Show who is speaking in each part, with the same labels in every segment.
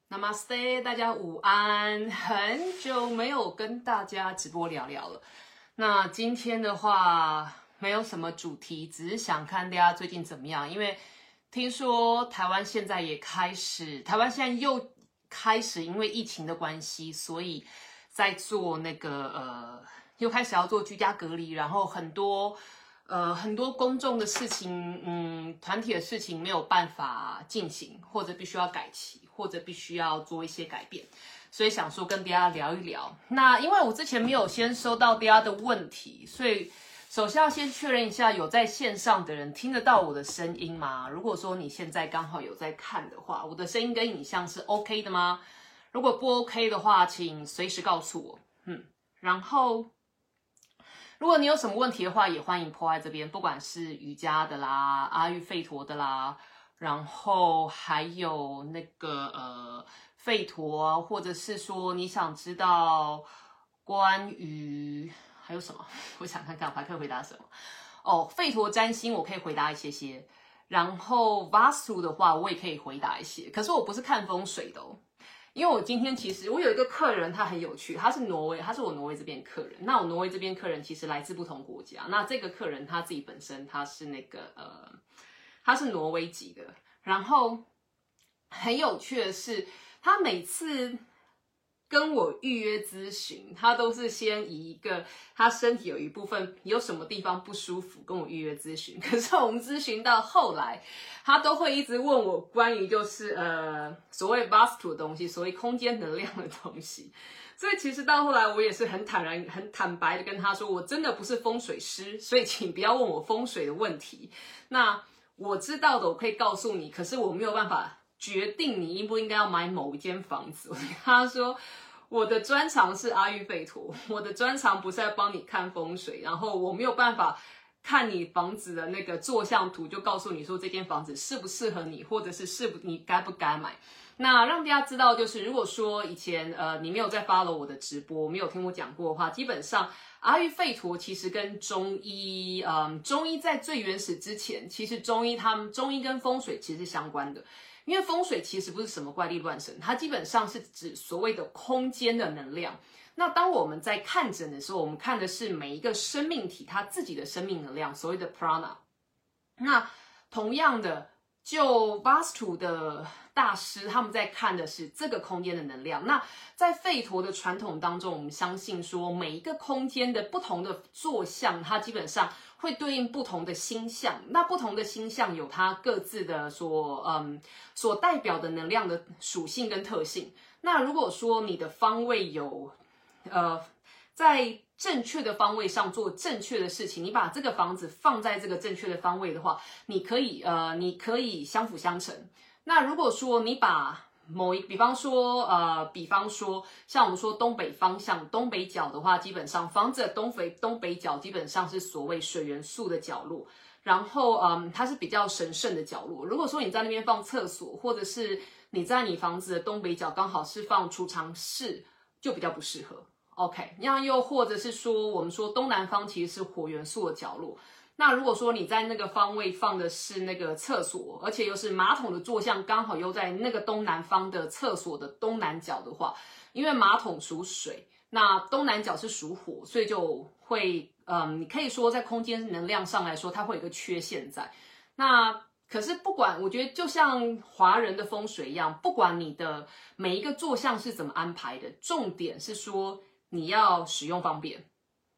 Speaker 1: Namaste， 大家午安，很久没有跟大家直播聊聊了。那今天的话没有什么主题，只是想看大家最近怎么样，因为听说台湾现在又开始因为疫情的关系，所以在做那个又开始要做居家隔离，然后很多公众的事情，团体的事情没有办法进行，或者必须要改期，或者必须要做一些改变，所以想说跟大家聊一聊。那因为我之前没有先收到大家的问题，所以首先要先确认一下有在线上的人听得到我的声音吗？如果说你现在刚好有在看的话，我的声音跟影像是 OK 的吗？如果不 OK 的话，请随时告诉我。然后如果你有什么问题的话，也欢迎破在这边，不管是瑜伽的啦、阿育吠陀的啦，然后还有那个吠陀啊，或者是说你想知道关于还有什么，我想看看我还可以回答什么。吠陀占星我可以回答一些，然后 Vastu 的话我也可以回答一些，可是我不是看风水的哦。因为我今天其实我有一个客人，他很有趣，他是我挪威这边客人。那我挪威这边客人其实来自不同国家。那这个客人他自己本身他是他是挪威籍的。然后很有趣的是，他每次跟我预约咨询，他都是先以一个他身体有一部分有什么地方不舒服跟我预约咨询。可是我们咨询到后来，他都会一直问我关于就是所谓 Vastu 的东西，所谓空间能量的东西。所以其实到后来我也是很坦白的跟他说，我真的不是风水师，所以请不要问我风水的问题。那我知道的我可以告诉你，可是我没有办法决定你应不应该要买某一间房子。我跟他说，我的专长是阿育吠陀，我的专长不是在帮你看风水，然后我没有办法看你房子的那个坐向图就告诉你说这间房子适不适合你，或者是你该不该买。那让大家知道，就是如果说以前你没有在 follow 我的直播，没有听我讲过的话，基本上阿育吠陀其实跟中医，中医在最原始之前，其实中医跟风水其实是相关的。因为风水其实不是什么怪力乱神，它基本上是指所谓的空间的能量。那当我们在看诊的时候，我们看的是每一个生命体它自己的生命能量，所谓的 prana。那同样的，就 Vastu 的大师他们在看的是这个空间的能量。那在吠陀的传统当中，我们相信说每一个空间的不同的坐向，它基本上会对应不同的星象。那不同的星象有它各自的所代表的能量的属性跟特性。那如果说你的方位有在正确的方位上做正确的事情，你把这个房子放在这个正确的方位的话，你可以相辅相成。那如果说你把比方说像我们说东北方向东北角的话，基本上房子的东北角基本上是所谓水元素的角落，然后它是比较神圣的角落。如果说你在那边放厕所，或者是你在你房子的东北角刚好是放储藏室，就比较不适合。OK， 那又或者是说，我们说东南方其实是火元素的角落。那如果说你在那个方位放的是那个厕所，而且又是马桶的坐向刚好又在那个东南方的厕所的东南角的话，因为马桶属水，那东南角是属火，所以就会你可以说在空间能量上来说，它会有一个缺陷在。那可是不管，我觉得就像华人的风水一样，不管你的每一个坐向是怎么安排的，重点是说你要使用方便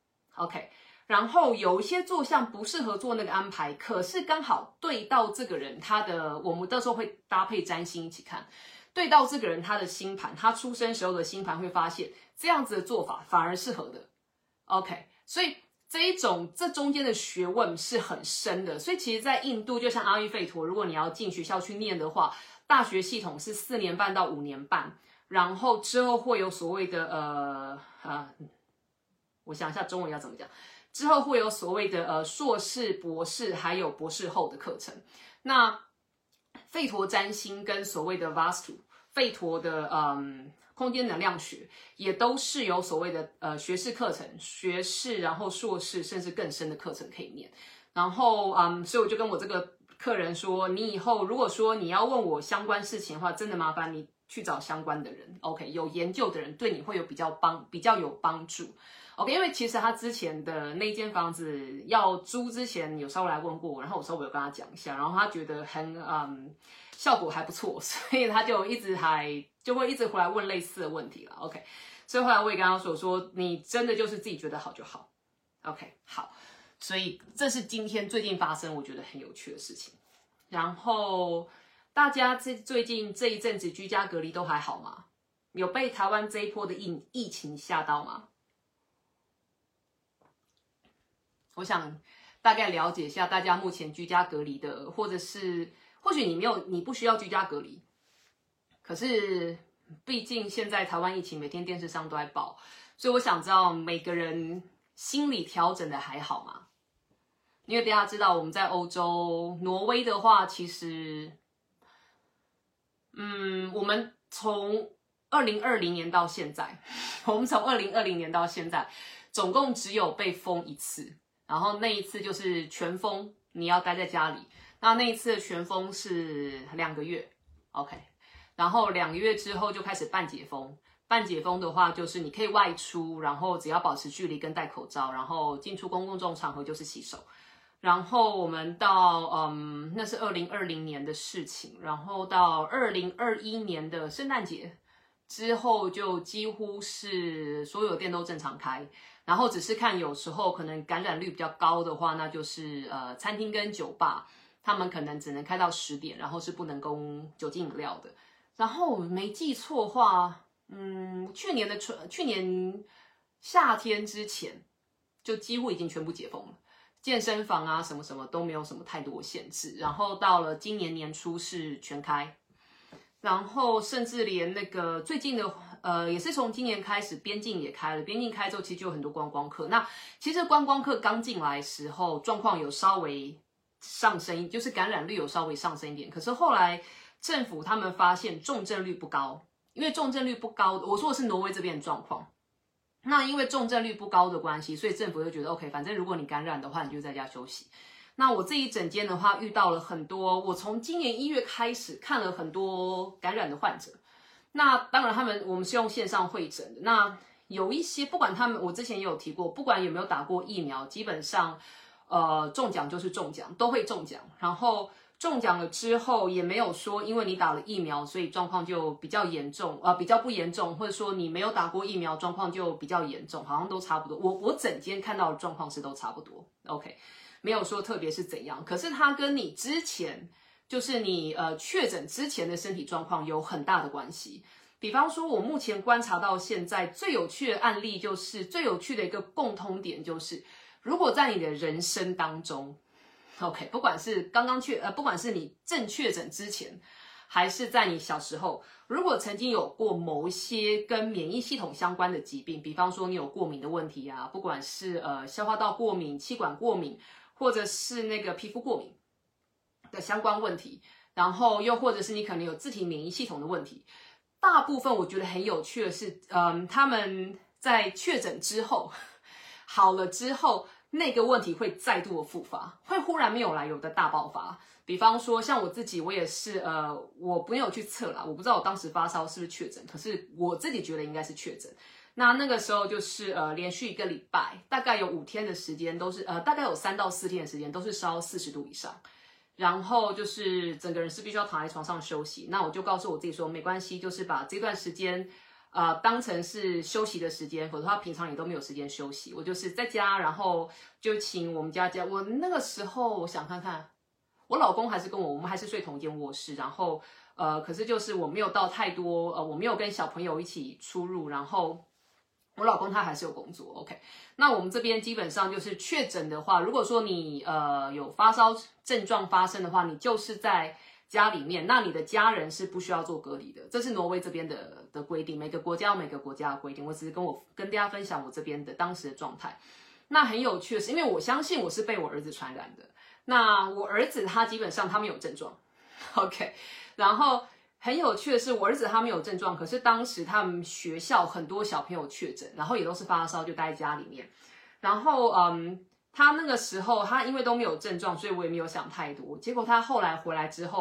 Speaker 1: ，OK。然后有一些坐向不适合做那个安排，可是刚好对到这个人我们到时候会搭配占星一起看，对到这个人他的星盘，他出生时候的星盘会发现这样子的做法反而适合的 ，OK。所以这中间的学问是很深的，所以其实在印度就像阿育吠陀，如果你要进学校去念的话，大学系统是4年半到5年半，然后之后会有所谓的我想一下中文要怎么讲，之后会有所谓的硕士、博士还有博士后的课程。那吠陀占星跟所谓的 Vastu 吠陀的空间能量学也都是有所谓的学士课程，学士然后硕士甚至更深的课程可以念。然后所以我就跟我这个客人说，你以后如果说你要问我相关事情的话，真的麻烦你去找相关的人 ，OK， 有研究的人对你会有比较有帮助。OK， 因为其实他之前的那间房子要租之前有稍微来问过我，然后我稍微有跟他讲一下，然后他觉得效果还不错，所以他就会一直回来问类似的问题了。OK， 所以后来我也跟他说你真的就是自己觉得好就好。OK， 好，所以这是今天最近发生我觉得很有趣的事情。然后大家最近这一阵子居家隔离都还好吗？有被台湾这一波的疫情吓到吗？我想大概了解一下大家目前居家隔离的，或许你不需要居家隔离，可是毕竟现在台湾疫情每天电视上都在报，所以我想知道每个人心理调整的还好吗？因为大家知道我们在欧洲，挪威的话，其实，我们从2020年到现在，总共只有被封一次。然后那一次就是全封，你要待在家里。那一次的全封是2个月 ，OK。然后2个月之后就开始半解封。半解封的话，就是你可以外出，然后只要保持距离跟戴口罩，然后进出公共这种场合就是洗手。然后我们到那是2020年的事情，然后到2021年的圣诞节之后，就几乎是所有店都正常开。然后只是看有时候可能感染率比较高的话，那就是餐厅跟酒吧，他们可能只能开到10点，然后是不能供酒精饮料的。然后没记错的话，去年夏天之前就几乎已经全部解封了，健身房啊什么什么都没有什么太多限制。然后到了今年年初是全开，然后甚至连那个最近的。也是从今年开始，边境也开了。边境开之后，其实就有很多观光客。那其实观光客刚进来的时候，状况有稍微上升，就是感染率有稍微上升一点。可是后来政府他们发现重症率不高，因为重症率不高，我说的是挪威这边的状况。那因为重症率不高的关系，所以政府就觉得 OK， 反正如果你感染的话，你就在家休息。那我这一整间的话，遇到了很多，我从今年1月开始看了很多感染的患者。那当然我们是用线上会诊的。那有一些不管我之前也有提过，不管有没有打过疫苗，基本上中奖就是中奖，都会中奖。然后中奖了之后也没有说因为你打了疫苗，所以状况就比较严重，比较不严重，或者说你没有打过疫苗，状况就比较严重，好像都差不多。我整间看到的状况是都差不多 ，OK， 没有说特别是怎样。可是它跟你之前。就是你确诊之前的身体状况有很大的关系。比方说，我目前观察到现在最有趣的案例，就是最有趣的一个共通点，就是如果在你的人生当中 ，OK， 不管是不管是你正确诊之前，还是在你小时候，如果曾经有过某一些跟免疫系统相关的疾病，比方说你有过敏的问题啊，不管是消化道过敏、气管过敏，或者是那个皮肤过敏。的相关问题，然后又或者是你可能有自体免疫系统的问题，大部分我觉得很有趣的是，他们在确诊之后好了之后，那个问题会再度的复发，会忽然没有来由的大爆发。比方说像我自己，我也是我没有去测啦，我不知道我当时发烧是不是确诊，可是我自己觉得应该是确诊。那个时候就是连续1个礼拜，大概有5天的时间都是大概有3到4天的时间都是烧40度以上。然后就是整个人是必须要躺在床上休息。那我就告诉我自己说，没关系，就是把这段时间当成是休息的时间，否则的话平常也都没有时间休息。我就是在家，然后就请我们家，我那个时候我想看看，我老公还是我们还是睡同一间卧室，然后可是就是我没有到太多，我没有跟小朋友一起出入，然后。我老公他还是有工作 ，OK。那我们这边基本上就是确诊的话，如果说你有发烧症状发生的话，你就是在家里面，那你的家人是不需要做隔离的，这是挪威这边的规定，每个国家有每个国家的规定。我只是跟大家分享我这边的当时的状态。那很有趣的是，因为我相信我是被我儿子传染的，那我儿子他基本上他没有症状 ，OK， 然后。很有趣的是，我儿子他没有症状，可是当时他们学校很多小朋友确诊，然后也都是发烧，就待在家里面。然后他那个时候他因为都没有症状，所以我也没有想太多。结果他后来回来之后，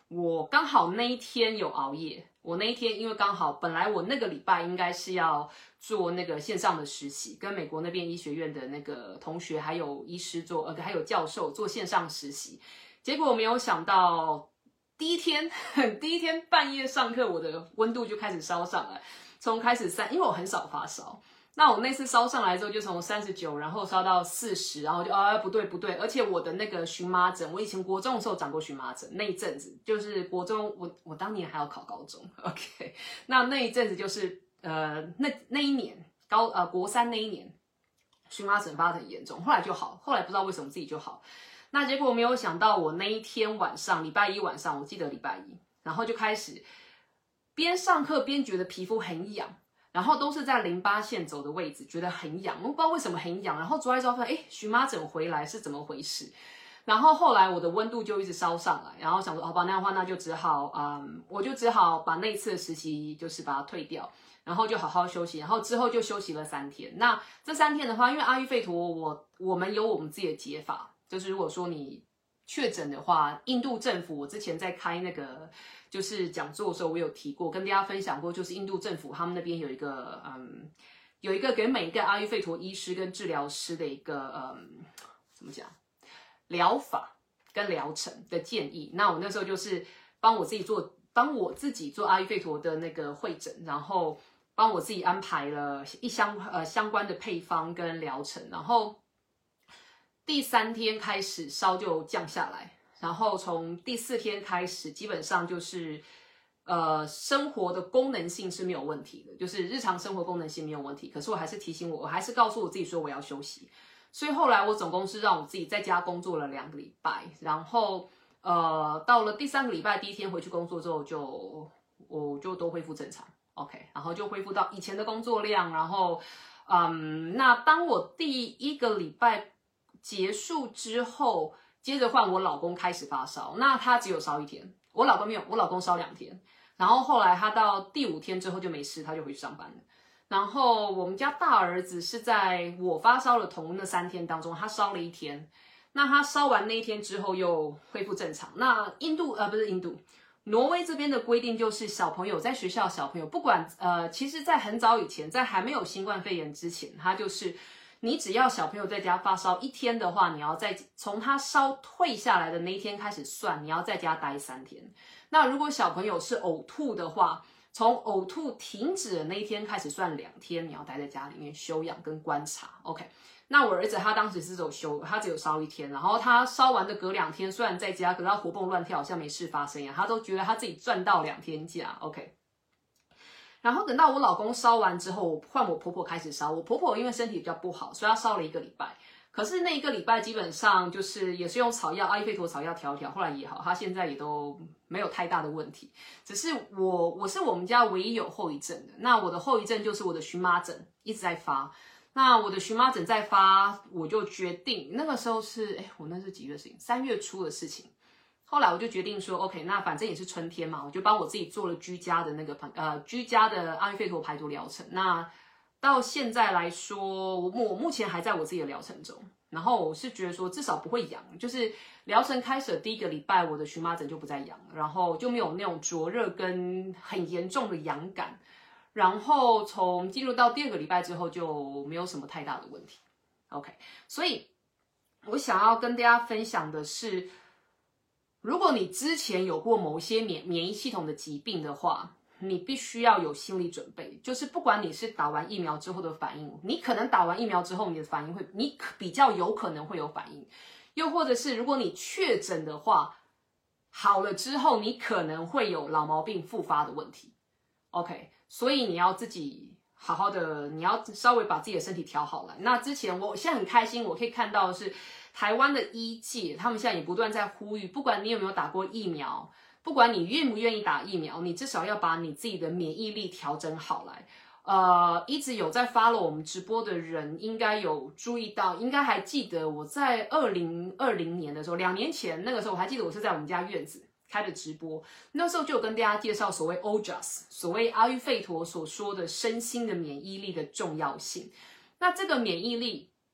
Speaker 1: 我刚好那一天有熬夜，我那一天因为刚好本来我那个礼拜应该是要做那个线上的实习，跟美国那边医学院的那个同学还有医师还有教授做线上实习，结果我没有想到第一天半夜上课，我的温度就开始烧上来，从开始因为我很少发烧。那我那次烧上来之后，就从39，然后烧到40，然后就不对，而且我的那个荨麻疹，我以前国中的时候长过荨麻疹，那一阵子就是国中，我当年还要考高中 ，OK， 那一阵子就是那一年国3那一年，荨麻疹发得很严重，后来就好，后来不知道为什么自己就好，那结果没有想到我那一天晚上，礼拜一晚上，我记得礼拜一，然后就开始边上课边觉得皮肤很痒。然后都是在淋巴腺走的位置，觉得很痒，我不知道为什么很痒。然后抓一抓，发现荨麻疹回来是怎么回事？然后后来我的温度就一直烧上来，然后想说，好吧，那样的话那就只好，我就只好把那一次的实习就是把它退掉，然后就好好休息。然后之后就休息了3天。那这3天的话，因为阿育吠陀，我们有我们自己的解法，就是如果说你确诊的话，印度政府，我之前在开那个就是讲座的时候，我有提过，跟大家分享过，就是印度政府他们那边有一个给每一个阿育吠陀医师跟治疗师的一个怎么讲疗法跟疗程的建议。那我那时候就是帮我自己做阿育吠陀的那个会诊，然后帮我自己安排了相关的配方跟疗程，然后第3天开始烧就降下来，然后从第4天开始，基本上就是生活的功能性是没有问题的，就是日常生活功能性没有问题。可是我还是我还是告诉我自己说我要休息，所以后来我总共是让我自己在家工作了2个礼拜，然后到了第3个礼拜第1天回去工作之后，我就都恢复正常 ，OK， 然后就恢复到以前的工作量，然后那当我第1个礼拜结束之后，接着换我老公开始发烧，那他只有烧1天，我老公没有，我老公烧2天，然后后来他到第5天之后就没事，他就回去上班了。然后我们家大儿子是在我发烧的同那3天当中，他烧了1天，那他烧完那1天之后又恢复正常。那挪威这边的规定就是小朋友在学校，小朋友不管其实在很早以前，在还没有新冠肺炎之前，他就是你只要小朋友在家发烧1天的话，你要从他烧退下来的那一天开始算，你要在家待3天。那如果小朋友是呕吐的话，从呕吐停止的那一天开始算2天，你要待在家里面休养跟观察。OK， 那我儿子他当时是他只有烧1天，然后他烧完的隔2天，虽然在家，可是他活蹦乱跳，好像没事发生一样，他都觉得他自己赚到2天假。OK。然后等到我老公烧完之后，换我婆婆开始烧。我婆婆因为身体比较不好，所以她烧了1个礼拜。可是那1个礼拜基本上就是也是用草药，阿育吠陀草药调，后来也好，她现在也都没有太大的问题。只是我是我们家唯一有后遗症的。那我的后遗症就是我的荨麻疹一直在发。那我的荨麻疹在发，我就决定那个时候是我那是几月的事情？3月初的事情。后来我就决定说 ，OK， 那反正也是春天嘛，我就帮我自己做了居家的阿育吠陀排毒疗程。那到现在来说，我目前还在我自己的疗程中。然后我是觉得说，至少不会痒，就是疗程开始的第1个礼拜，我的荨麻疹就不再痒了，然后就没有那种灼热跟很严重的痒感。然后从进入到第2个礼拜之后，就没有什么太大的问题。OK， 所以我想要跟大家分享的是，如果你之前有过某些免疫系统的疾病的话，你必须要有心理准备，就是不管你是打完疫苗之后的反应，你可能打完疫苗之后你的反应你比较有可能会有反应，又或者是如果你确诊的话，好了之后你可能会有老毛病复发的问题。OK， 所以你要自己好好的，你要稍微把自己的身体调好来。那之前我现在很开心，我可以看到的是台湾的医界，他们现在也不断在呼吁，不管你有没有打过疫苗，不管你愿不愿意打疫苗，你至少要把你自己的免疫力调整好来。一直有在 follow 我们直播的人，应该有注意到，应该还记得我在2020年的时候，2年前那个时候，我还记得我是在我们家院子开的直播，那时候就有跟大家介绍所谓 OJAS， 所谓阿育吠陀所说的身心的免疫力的重要性。那这个免疫力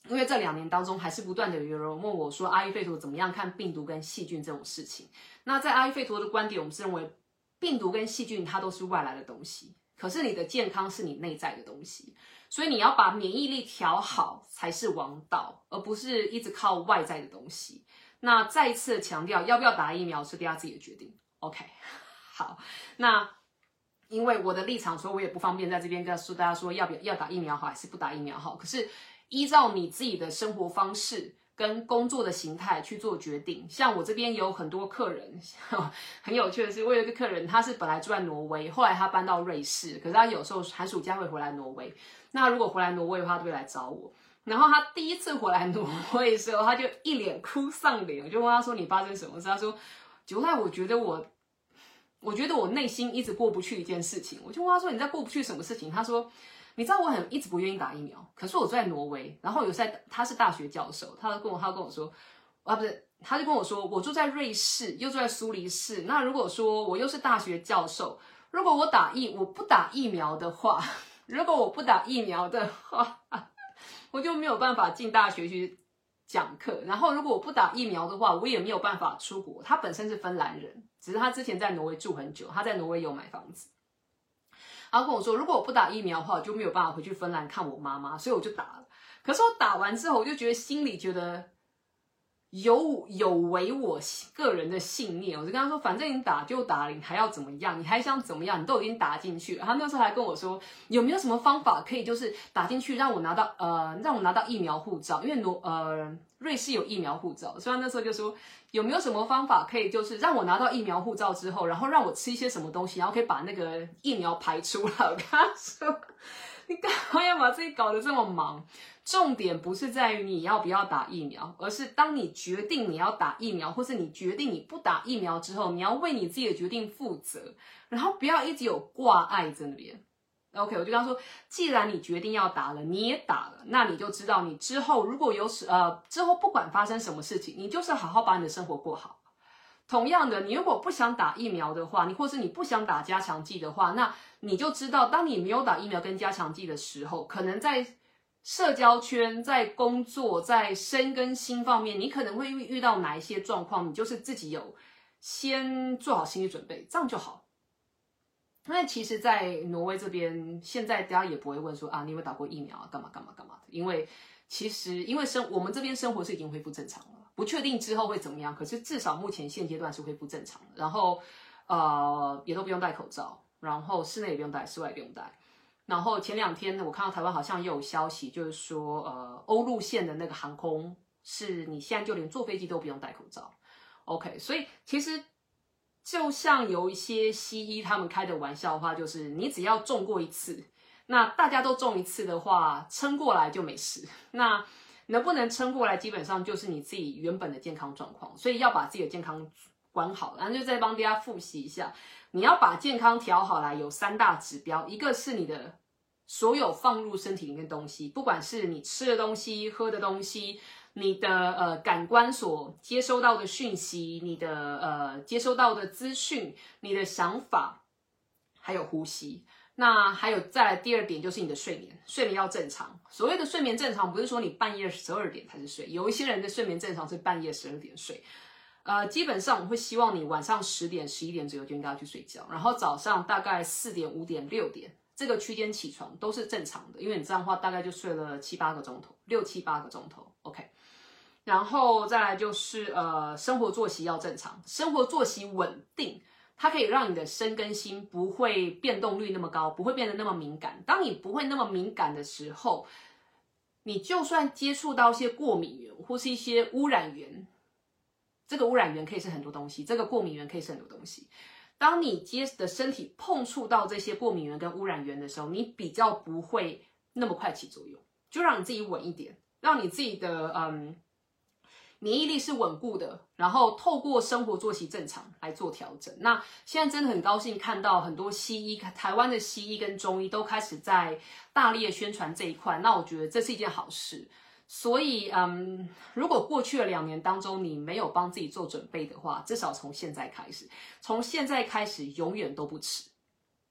Speaker 1: 因为这2年当中还是不断的有人问我说，阿育吠陀怎么样看病毒跟细菌这种事情。那在阿育吠陀的观点，我们是认为病毒跟细菌它都是外来的东西，可是你的健康是你内在的东西，所以你要把免疫力调好才是王道，而不是一直靠外在的东西。那再一次强调，要不要打疫苗是大家自己的决定。OK， 好，那因为我的立场，所以我也不方便在这边告诉大家说要打疫苗好还是不打疫苗好。可是依照你自己的生活方式跟工作的形态去做决定。像我这边有很多客人，很有趣的是，我有一个客人，他是本来住在挪威，后来他搬到瑞士，可是他有时候寒暑假会回来挪威。那如果回来挪威的话，他就会来找我。然后他第一次回来挪威的时候，他就一脸哭丧脸，我就问他说：“你发生什么事？”他说：“9赖，我觉得我内心一直过不去一件事情。”我就问他说：“你在过不去什么事情？”他说：“你知道我一直不愿意打疫苗，可是我住在挪威，然后他是大学教授，他跟我说，他就跟我说，我住在瑞士，又住在苏黎世，那如果说我又是大学教授，如果我不打疫苗的话，我就没有办法进大学去讲课，然后如果我不打疫苗的话，我也没有办法出国。他本身是芬兰人，只是他之前在挪威住很久，他在挪威有买房子。他跟我说，如果我不打疫苗的话，我就没有办法回去芬兰看我妈妈，所以我就打了。可是我打完之后，我就心里觉得有违我个人的信念。我就跟他说，反正你打就打了，你还要怎么样？你还想怎么样？你都已经打进去了。他那时候还跟我说，有没有什么方法可以就是打进去让我拿到疫苗护照？因为瑞士有疫苗护照，所以他那时候就说，有没有什么方法可以就是让我拿到疫苗护照之后，然后让我吃一些什么东西，然后可以把那个疫苗排出来？我跟他说，你干嘛要把自己搞得这么忙？重点不是在于你要不要打疫苗，而是当你决定你要打疫苗，或是你决定你不打疫苗之后，你要为你自己的决定负责，然后不要一直有挂碍在那边。OK， 我就跟他说，既然你决定要打了，你也打了，那你就知道你之后如果之后不管发生什么事情，你就是好好把你的生活过好。同样的，你如果不想打疫苗的话，或是你不想打加强剂的话，那你就知道，当你没有打疫苗跟加强剂的时候，可能在社交圈、在工作、在身跟心方面，你可能会遇到哪一些状况，你就是自己有先做好心理准备，这样就好。那其实，在挪威这边，现在大家也不会问说啊，你有没有打过疫苗啊，干嘛干嘛干嘛的，因为我们这边生活是已经恢复正常了。不确定之后会怎么样，可是至少目前现阶段是恢复正常的。然后也都不用戴口罩，然后室内也不用戴，室外也不用戴。然后前2天呢，我看到台湾好像又有消息，就是说欧陆线的那个航空是你现在就连坐飞机都不用戴口罩。OK， 所以其实就像有一些西医他们开的玩笑话，就是你只要中过一次，那大家都中一次的话，撑过来就没事。那能不能撑过来，基本上就是你自己原本的健康状况，所以要把自己的健康管好。然后就再帮大家复习一下，你要把健康调好来，有3大指标，一个是你的所有放入身体里面的东西，不管是你吃的东西、喝的东西，你的感官所接收到的讯息，你的接收到的资讯，你的想法，还有呼吸。那还有再来第2点就是你的睡眠，睡眠要正常。所谓的睡眠正常，不是说你半夜12点才是睡，有一些人的睡眠正常是半夜12点睡。基本上我会希望你晚上10点、11点左右就应该要去睡觉，然后早上大概4点、5点、6点这个区间起床都是正常的，因为你这样的话大概就睡了7、8个钟头，6、7、8个钟头 ，OK。然后再来就是生活作息要正常，生活作息稳定。它可以让你的身跟心不会变动率那么高，不会变得那么敏感。当你不会那么敏感的时候，你就算接触到一些过敏源或是一些污染源，这个污染源可以是很多东西，这个过敏源可以是很多东西。当你的身体碰触到这些过敏源跟污染源的时候，你比较不会那么快起作用，就让你自己稳一点，让你自己的免疫力是稳固的，然后透过生活作息正常来做调整。那现在真的很高兴看到很多台湾的西医跟中医都开始在大力的宣传这一块，那我觉得这是一件好事。所以如果过去的2年当中你没有帮自己做准备的话，至少从现在开始永远都不迟。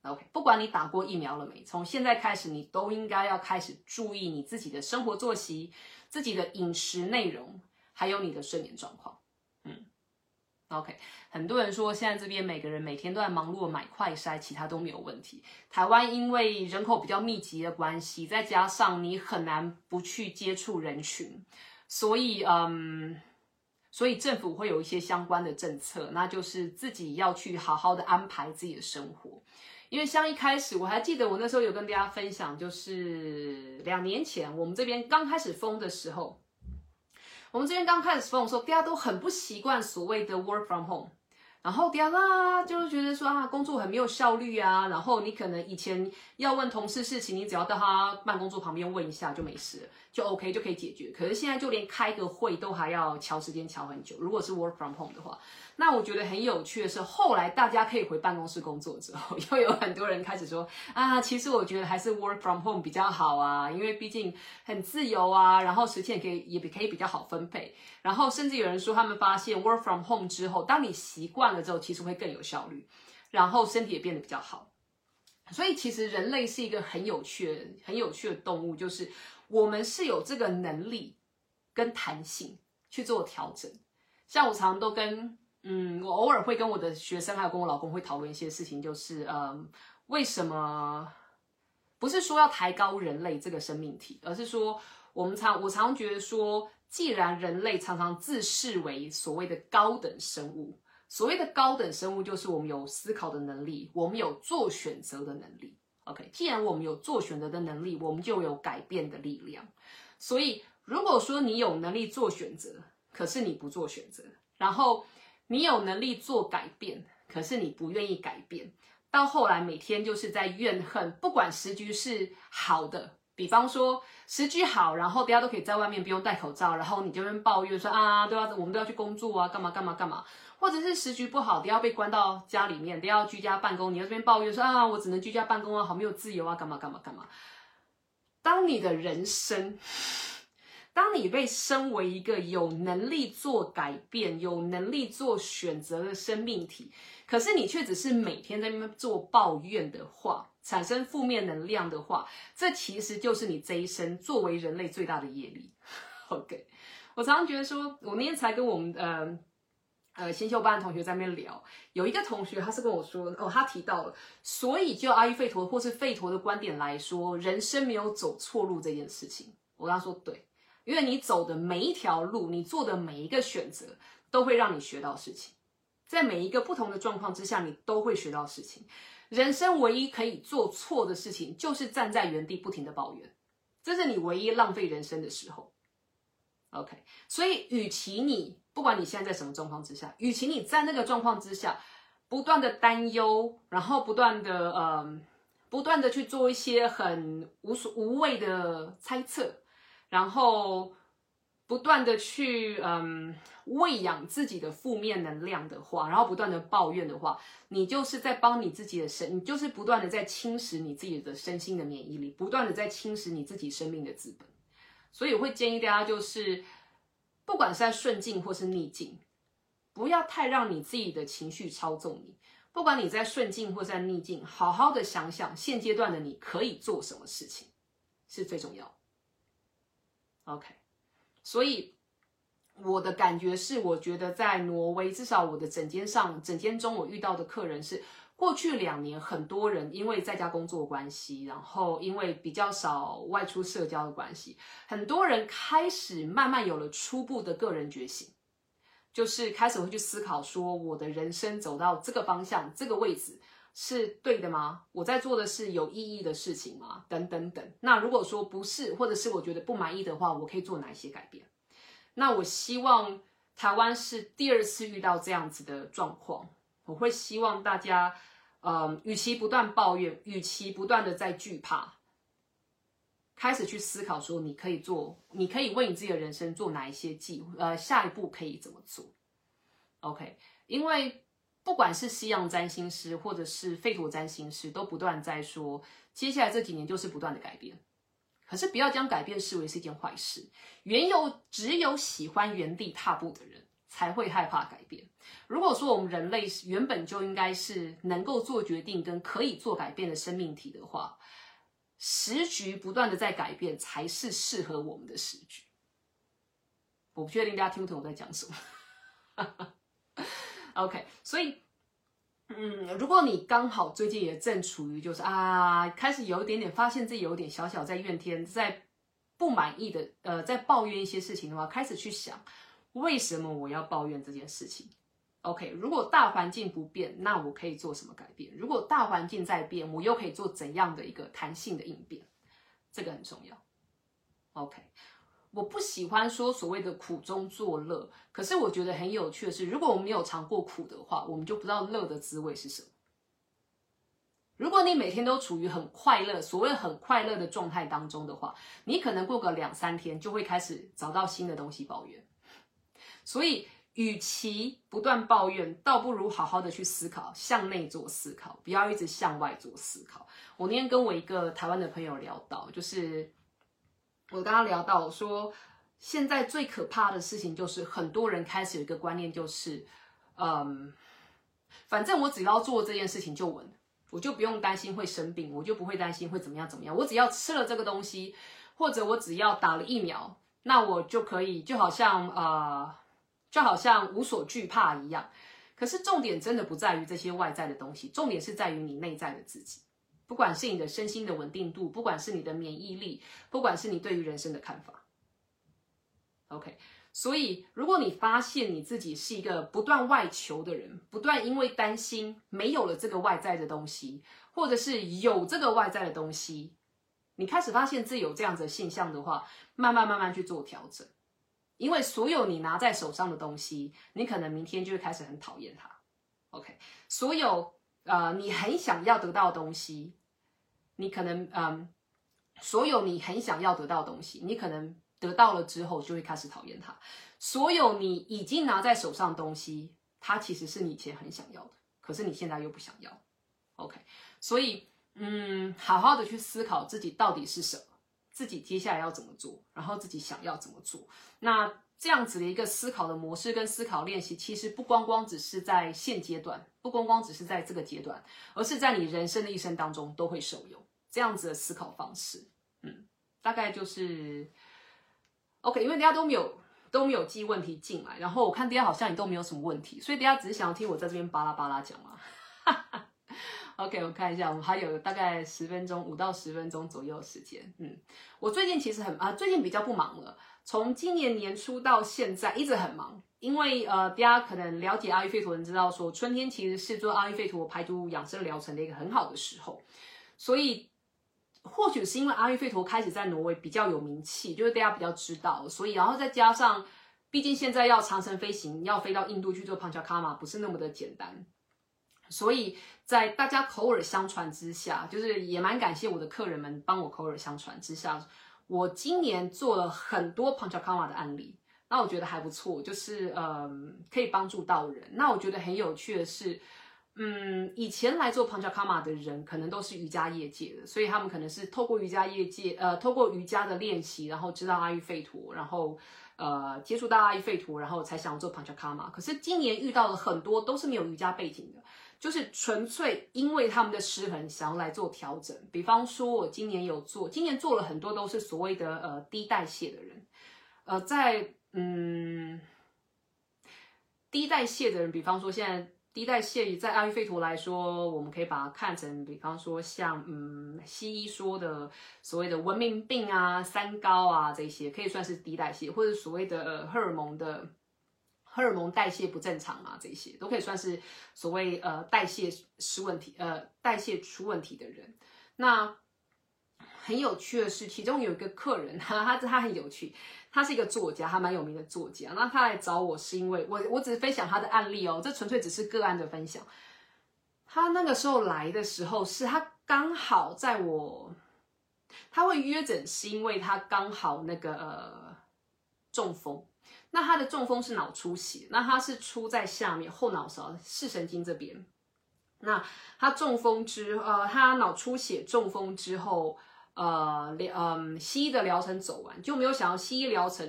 Speaker 1: OK， 不管你打过疫苗了没，从现在开始你都应该要开始注意你自己的生活作息、自己的饮食内容，还有你的睡眠状况。OK， 很多人说现在这边每个人每天都在忙碌地买快筛，其他都没有问题。台湾因为人口比较密集的关系，再加上你很难不去接触人群，所以政府会有一些相关的政策，那就是自己要去好好的安排自己的生活。因为像一开始我还记得我那时候有跟大家分享，就是2年前我们这边刚开始封的时候，大家都很不习惯所谓的 work from home， 然后大家就是觉得说工作很没有效率啊，然后你可能以前要问同事事情，你只要到他办公桌旁边问一下就没事了，就 OK 就可以解决。可是现在就连开个会都还要调时间调很久，如果是 work from home 的话。那我觉得很有趣的是，后来大家可以回办公室工作之后，又有很多人开始说其实我觉得还是 work from home 比较好啊，因为毕竟很自由啊，然后时间也可以比较好分配。然后甚至有人说他们发现 work from home 之后，当你习惯了之后，其实会更有效率，然后身体也变得比较好。所以其实人类是一个很有趣的动物，就是我们是有这个能力跟弹性去做调整。像我常常都我偶尔会跟我的学生还有跟我老公会讨论一些事情，就是为什么不是说要抬高人类这个生命体，而是说我常觉得说，既然人类常常自视为所谓的高等生物，所谓的高等生物就是我们有思考的能力，我们有做选择的能力。OK， 既然我们有做选择的能力，我们就有改变的力量。所以如果说你有能力做选择，可是你不做选择，然后你有能力做改变，可是你不愿意改变，到后来每天就是在怨恨，不管时局是好的，比方说时局好，然后大家都可以在外面不用戴口罩，然后你就会抱怨说我们都要去工作啊，干嘛，或者是时局不好，都要被关到家里面，都要居家办公，你在这边抱怨说我只能居家办公啊，好没有自由啊，干嘛。当你的人生，当你被身为一个有能力做改变、有能力做选择的生命体，可是你却只是每天在那边做抱怨的话，产生负面能量的话，这其实就是你这一生作为人类最大的业力。OK， 我常常觉得说，我那天才跟我们先修班的同学在那边聊，有一个同学他是跟我说，他提到了，所以就阿育吠陀或是吠陀的观点来说，人生没有走错路这件事情。我跟他说对。因为你走的每一条路，你做的每一个选择，都会让你学到事情。在每一个不同的状况之下，你都会学到事情。人生唯一可以做错的事情，就是站在原地不停的抱怨，这是你唯一浪费人生的时候。OK， 所以与其你不管你现在在什么状况之下，与其你在那个状况之下不断的担忧，然后不断的去做一些很无谓的猜测，然后不断的去喂养自己的负面能量的话，然后不断的抱怨的话，你就是在帮你自己的你就是不断的在侵蚀你自己的身心的免疫力，不断的在侵蚀你自己生命的资本。所以我会建议大家，就是不管是在顺境或是逆境，不要太让你自己的情绪操纵你。不管你在顺境或在逆境，好好的想想现阶段的你可以做什么事情是最重要的。OK， 所以我的感觉是，我觉得在挪威，至少我的整间中我遇到的客人是，过去2年很多人因为在家工作的关系，然后因为比较少外出社交的关系，很多人开始慢慢有了初步的个人觉醒，就是开始会去思考说，我的人生走到这个方向这个位置是对的吗？我在做的是有意义的事情吗？等等等。那如果说不是，或者是我觉得不满意的话，我可以做哪一些改变？那我希望台湾是第2次遇到这样子的状况，我会希望大家与其不断抱怨，与其不断的在惧怕，开始去思考说你可以为你自己的人生做哪一些下一步可以怎么做。 OK， 因为不管是西洋占星师或者是吠陀占星师，都不断在说，接下来这几年就是不断的改变。可是不要将改变视为是一件坏事，只有喜欢原地踏步的人才会害怕改变。如果说我们人类原本就应该是能够做决定跟可以做改变的生命体的话，时局不断的在改变才是适合我们的时局。我不确定大家听不懂我在讲什么。OK， 所以如果你刚好最近也正处于就是开始有一点点发现自己有点小小在怨天，在不满意的在抱怨一些事情的话，开始去想为什么我要抱怨这件事情。OK， 如果大环境不变，那我可以做什么改变？如果大环境在变，我又可以做怎样的一个弹性的应变？这个很重要。OK。我不喜欢说所谓的苦中作乐，可是我觉得很有趣的是，如果我们没有尝过苦的话，我们就不知道乐的滋味是什么。如果你每天都处于很快乐，所谓很快乐的状态当中的话，你可能过个2-3天就会开始找到新的东西抱怨。所以，与其不断抱怨，倒不如好好的去思考，向内做思考，不要一直向外做思考。我那天跟我一个台湾的朋友聊到，就是我跟他聊到说，现在最可怕的事情就是很多人开始有一个观念，就是反正我只要做这件事情就稳，我就不用担心会生病，我就不会担心会怎么样怎么样，我只要吃了这个东西，或者我只要打了疫苗，那我就可以就好像无所惧怕一样。可是重点真的不在于这些外在的东西，重点是在于你内在的自己。不管是你的身心的稳定度，不管是你的免疫力，不管是你对于人生的看法。OK， 所以如果你发现你自己是一个不断外求的人，不断因为担心没有了这个外在的东西，或者是有这个外在的东西，你开始发现自己有这样子的现象的话，慢慢去做调整。因为所有你拿在手上的东西，你可能明天就会开始很讨厌它。OK， 所有你很想要得到的东西，你可能所有你很想要得到的东西，你可能得到了之后就会开始讨厌它。所有你已经拿在手上的东西，它其实是你以前很想要的，可是你现在又不想要。OK， 所以好好的去思考自己到底是什么，自己接下来要怎么做，然后自己想要怎么做。那这样子的一个思考的模式跟思考练习，其实不光光只是在现阶段，不光光只是在这个阶段，而是在你人生的一生当中都会受用这样子的思考方式。大概就是OK， 因为大家都没有寄问题进来，然后我看大家好像也都没有什么问题，所以大家只是想要听我在这边巴拉巴拉讲嘛。OK， 我看一下，我们还有大概10分钟，5到10分钟左右的时间。我最近其实最近比较不忙了。从今年年初到现在一直很忙，因为大家可能了解阿育吠陀人知道说，春天其实是做阿育吠陀排毒养生疗程的一个很好的时候，所以或许是因为阿育吠陀开始在挪威比较有名气，就是大家比较知道，所以然后再加上，毕竟现在要长程飞行，要飞到印度去做 Panchakarma 不是那么的简单。所以在大家口耳相传之下，就是也蛮感谢我的客人们帮我口耳相传之下，我今年做了很多 Panchakarma 的案例，那我觉得还不错，就是可以帮助到人。那我觉得很有趣的是，以前来做 Panchakarma 的人可能都是瑜伽业界的，所以他们可能是透过瑜伽业界透过瑜伽的练习，然后知道阿育吠陀，然后接触到阿育吠陀，然后才想做 Panchakarma。可是今年遇到了很多都是没有瑜伽背景的，就是纯粹因为他们的失衡想要来做调整。比方说我今年做了很多都是所谓的低代谢的人，在低代谢的人，比方说现在低代谢在阿育吠陀来说，我们可以把它看成比方说像西医说的所谓的文明病啊、三高啊，这些可以算是低代谢，或者所谓的荷尔蒙代谢不正常啊，这些都可以算是所谓代谢出问题的人。那很有趣的是，其中有一个客人，他很有趣，他是一个作家，他蛮有名的作家。那他来找我是因为我只是分享他的案例哦，这纯粹只是个案的分享。他那个时候来的时候，是他刚好他会约诊是因为他刚好那个中风。那他的中风是脑出血，那他是出在下面后脑勺视神经这边。那他他脑出血中风之后，西医的疗程走完，就没有想到西医疗程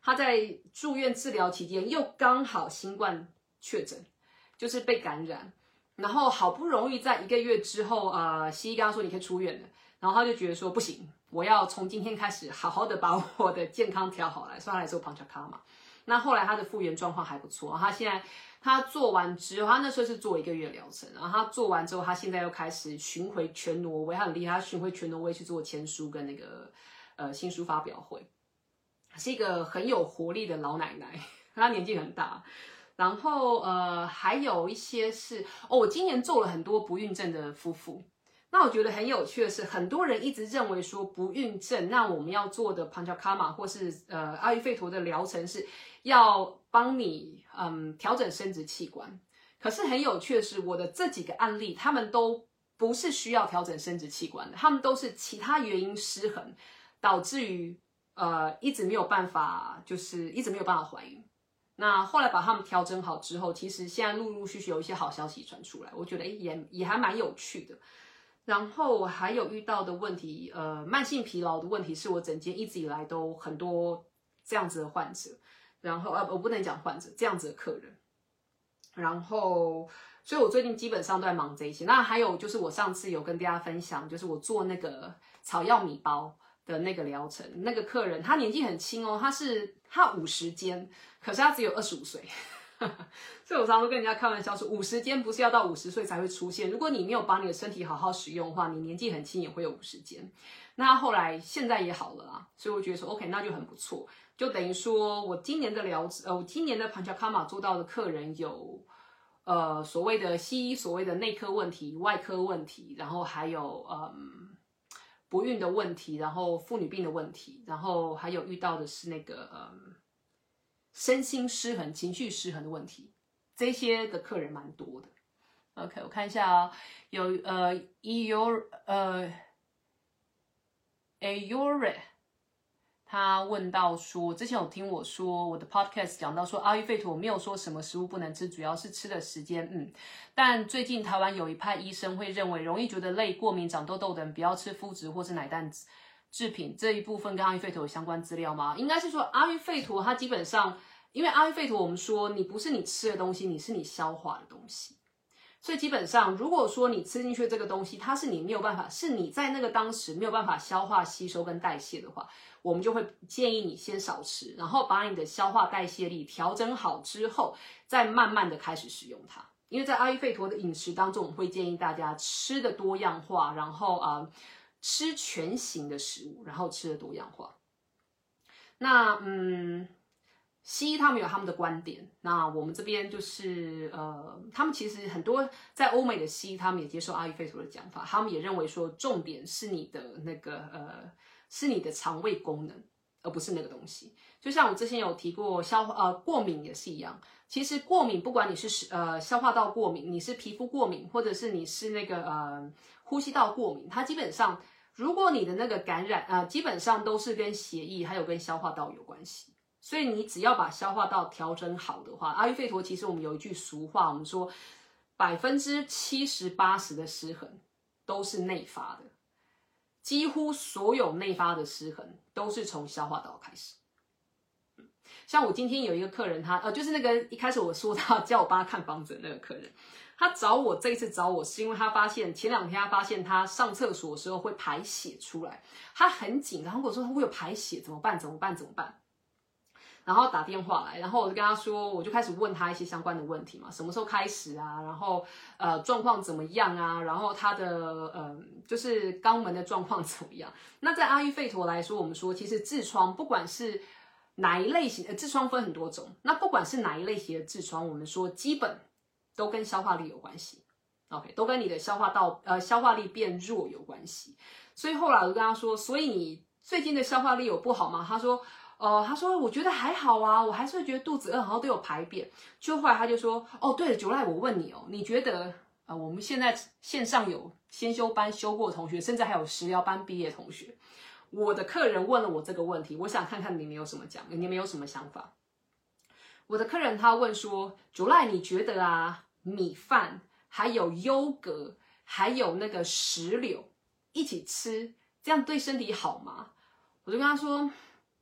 Speaker 1: 他在住院治疗期间又刚好新冠确诊，就是被感染，然后好不容易在1个月之后，西医跟他说你可以出院了，然后他就觉得说不行，我要从今天开始好好的把我的健康调好来，所以他来做旁敲卡嘛。那后来他的复原状况还不错，他现在他做完之后，他那时候是做1个月疗程，然后他做完之后，他现在又开始巡回全挪威，他很厉害，他巡回全挪威去做签书跟那个新书发表会，是一个很有活力的老奶奶，她年纪很大。然后还有一些是我今年做了很多不孕症的夫妇。那我觉得很有趣的是，很多人一直认为说不孕症，那我们要做的旁敲卡玛或是阿育吠陀的疗程是要帮你调整生殖器官。可是很有趣的是，我的这几个案例，他们都不是需要调整生殖器官的，他们都是其他原因失衡，导致于一直没有办法，就是一直没有办法怀孕。那后来把他们调整好之后，其实现在陆陆续续有一些好消息传出来，我觉得也还蛮有趣的。然后我还有遇到的问题，慢性疲劳的问题，是我诊间一直以来都很多这样子的患者，然后我不能讲患者，这样子的客人。然后，所以我最近基本上都在忙这些。那还有就是我上次有跟大家分享，就是我做那个草药米包的那个疗程，那个客人他年纪很轻哦，他50肩，可是他只有25岁。所以我常常都跟人家开玩笑说，50肩不是要到50岁才会出现。如果你没有把你的身体好好使用的话，你年纪很轻也会有50肩。那后来现在也好了啦，所以我觉得说 OK， 那就很不错。就等于说我今年的我今年的旁敲卡玛做到的客人有所谓的西医所谓的内科问题、外科问题，然后还有不孕的问题，然后妇女病的问题，然后还有遇到的是那个身心失衡、情绪失衡的问题，这些的客人蛮多的。OK， 我看一下啊，有Ayore， 他问到说，之前有听我说我的 podcast 讲到说阿育吠陀没有说什么食物不能吃，主要是吃的时间。但最近台湾有一派医生会认为，容易觉得累、过敏、长痘痘的人不要吃麸质或是奶蛋制品，这一部分跟阿育吠陀有相关资料吗？应该是说阿育吠陀它基本上，因为阿育吠陀我们说你不是你吃的东西，你是你消化的东西，所以基本上如果说你吃进去这个东西，它是你没有办法，是你在那个当时没有办法消化、吸收跟代谢的话，我们就会建议你先少吃，然后把你的消化代谢力调整好之后，再慢慢的开始使用它。因为在阿育吠陀的饮食当中，我们会建议大家吃的多样化，然后吃全形的食物，然后吃的多样化。那西医他们有他们的观点，那我们这边就是他们其实很多在欧美的西医，他们也接受阿育吠陀的讲法，他们也认为说重点是你的那个是你的肠胃功能，而不是那个东西。就像我之前有提过过敏也是一样，其实过敏不管你是消化道过敏，你是皮肤过敏，或者是你是那个呼吸道过敏，它基本上如果你的那个感染基本上都是跟血液还有跟消化道有关系。所以你只要把消化道调整好的话，阿育吠陀其实我们有一句俗话，我们说70%、80%的失衡都是内发的，几乎所有内发的失衡都是从消化道开始。像我今天有一个客人，他就是那个一开始我说他叫我帮他看房子的那个客人，他这一次找我是因为他发现前2天他发现他上厕所的时候会排血出来，他很紧张，跟我说他会有排血怎么办？然后打电话来，然后我就跟他说，我就开始问他一些相关的问题嘛，什么时候开始啊？然后状况怎么样啊？然后他的就是肛门的状况怎么样？那在阿育吠陀来说，我们说其实痔疮不管是哪一类型，痔疮分很多种，那不管是哪一类型的痔疮，我们说基本都跟消化力有关系 ，OK， 都跟你的消化力变弱有关系。所以后来我就跟他说，所以你最近的消化力有不好吗？他说我觉得还好啊，我还是会觉得肚子饿，好像都有排便。就后来他就说，对了，9赖，我问你你觉得我们现在线上有先修班修过的同学，甚至还有食疗班毕业的同学，我的客人问了我这个问题，我想看看你们有什么想法。我的客人他问说，9赖，你觉得米饭还有优格还有那个石榴一起吃，这样对身体好吗？我就跟他说，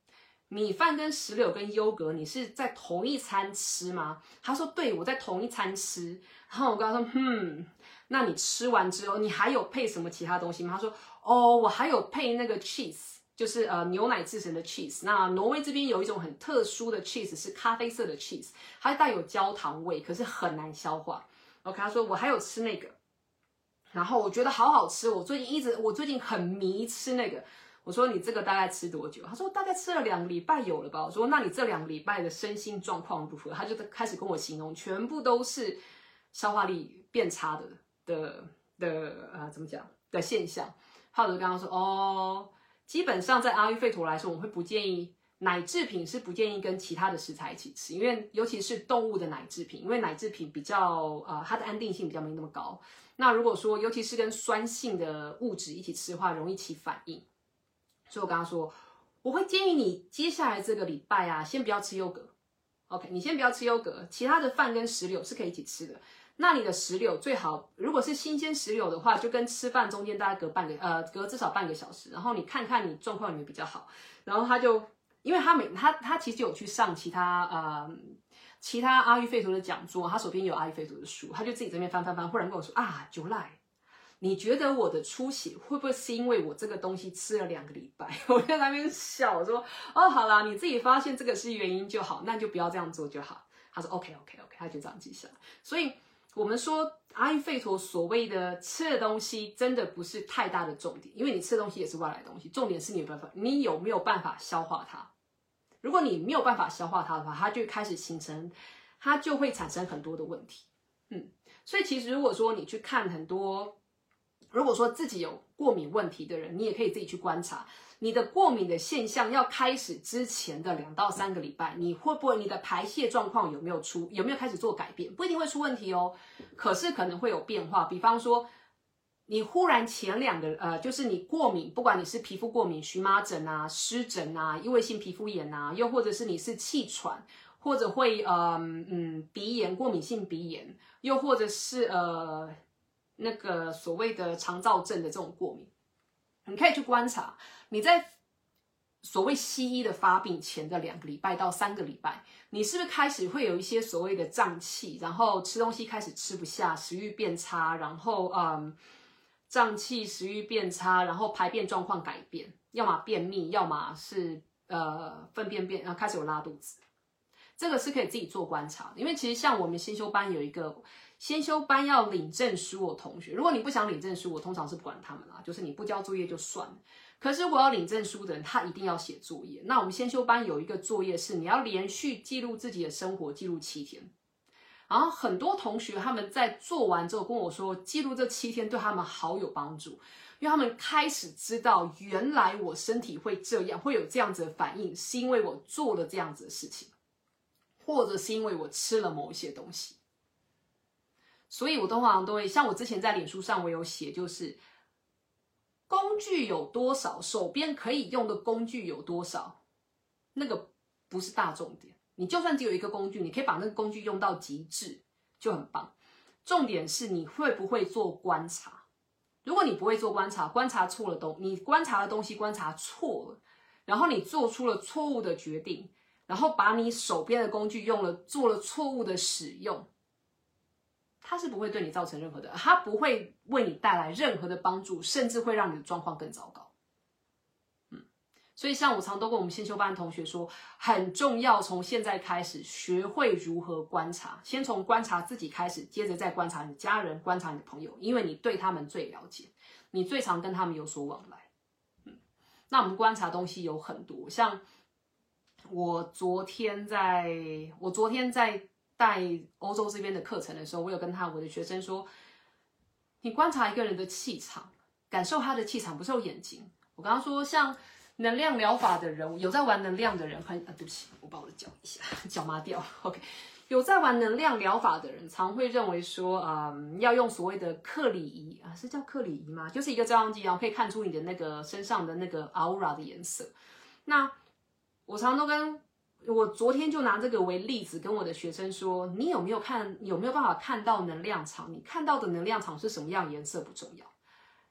Speaker 1: 米饭跟石榴跟优格，你是在同一餐吃吗？他说对，我在同一餐吃。然后我跟他说，那你吃完之后，你还有配什么其他东西吗？他说，哦，我还有配那个 cheese， 就是牛奶制成的 cheese。那挪威这边有一种很特殊的 cheese， 是咖啡色的 cheese， 它带有焦糖味，可是很难消化。OK， 他说我还有吃那个。然后我觉得好好吃，我最近很迷吃那个。我说你这个大概吃多久？他说大概吃了2个礼拜有了吧。我说那你这2个礼拜的身心状况如何？他就开始跟我形容，全部都是消化力变差怎么讲的现象。后来我就跟他说，哦，基本上在阿育吠陀来说，我们会不建议奶制品是不建议跟其他的食材一起吃，因为尤其是动物的奶制品，因为奶制品比较它的安定性比较没那么高。那如果说尤其是跟酸性的物质一起吃的话，容易起反应。所以我跟他说，我会建议你接下来这个礼拜啊，先不要吃优格。OK， 你先不要吃优格，其他的饭跟石榴是可以一起吃的。那你的石榴最好，如果是新鲜石榴的话，就跟吃饭中间大概隔至少半个小时，然后你看看你状况有没有比较好。然后他就，因为他其实有去上其他阿育吠陀的讲座，他手边有阿育吠陀的书，他就自己这边翻，忽然跟我说啊，July，你觉得我的出血会不会是因为我这个东西吃了2个礼拜？我在那边笑，我说哦，好啦，你自己发现这个是原因就好，那你就不要这样做就好。他说 OK， 他就这样记下来。所以我们说阿育吠陀所谓的吃的东西，真的不是太大的重点，因为你吃的东西也是外来的东西，重点是你有没有办法消化它。如果你没有办法消化它的话，它就开始它就会产生很多的问题。所以其实如果说你去看很多。如果说自己有过敏问题的人，你也可以自己去观察你的过敏的现象要开始之前的2到3个礼拜，你的排泄状况有没有开始做改变？不一定会出问题哦，可是可能会有变化。比方说，你忽然前2个就是你过敏，不管你是皮肤过敏、荨麻疹啊、湿疹啊、异位性皮肤炎啊，又或者是你是气喘，或者会鼻炎、过敏性鼻炎，又或者是那个所谓的肠燥症的这种过敏，你可以去观察你在所谓西医的发病前的2个礼拜到3个礼拜，你是不是开始会有一些所谓的胀气，然后吃东西开始吃不下，食欲变差，然后胀气、食欲变差，然后排便状况改变，要么便秘，要么是粪便开始有拉肚子。这个是可以自己做观察的，因为其实像我们先修班有一个先修班要领证书的同学，如果你不想领证书，我通常是不管他们啦，就是你不交作业就算了。可是如果要领证书的人，他一定要写作业。那我们先修班有一个作业是你要连续记录自己的生活，记录7天。然后很多同学他们在做完之后跟我说，记录这7天对他们好有帮助，因为他们开始知道原来我身体会这样，会有这样子的反应，是因为我做了这样子的事情。或者是因为我吃了某一些东西，所以我通常都会像我之前在脸书上我有写，就是工具有多少，手边可以用的工具有多少，那个不是大重点。你就算只有一个工具，你可以把那个工具用到极致，就很棒。重点是你会不会做观察。如果你不会做观察，观察错了你观察的东西观察错了，然后你做出了错误的决定。然后把你手边的工具做了错误的使用，它是不会对你造成任何的，它不会为你带来任何的帮助，甚至会让你的状况更糟糕。所以像我常都跟我们先修班的同学说，很重要，从现在开始学会如何观察，先从观察自己开始，接着再观察你的家人，观察你的朋友，因为你对他们最了解，你最常跟他们有所往来。那我们观察东西有很多，像我昨天在带欧洲这边的课程的时候，我有跟我的学生说，你观察一个人的气场，感受他的气场，不是有眼睛。我刚刚说，像能量疗法的人，有在玩能量的人，对不起，我把我的脚一下，脚麻掉。OK， 有在玩能量疗法的人，常会认为说，要用所谓的克里仪啊，是叫克里仪吗？就是一个照相机，然后可以看出你的那个身上的那个 aura 的颜色。那我常常都我昨天就拿这个为例子，跟我的学生说，你有没有办法看到能量场？你看到的能量场是什么样颜色不重要，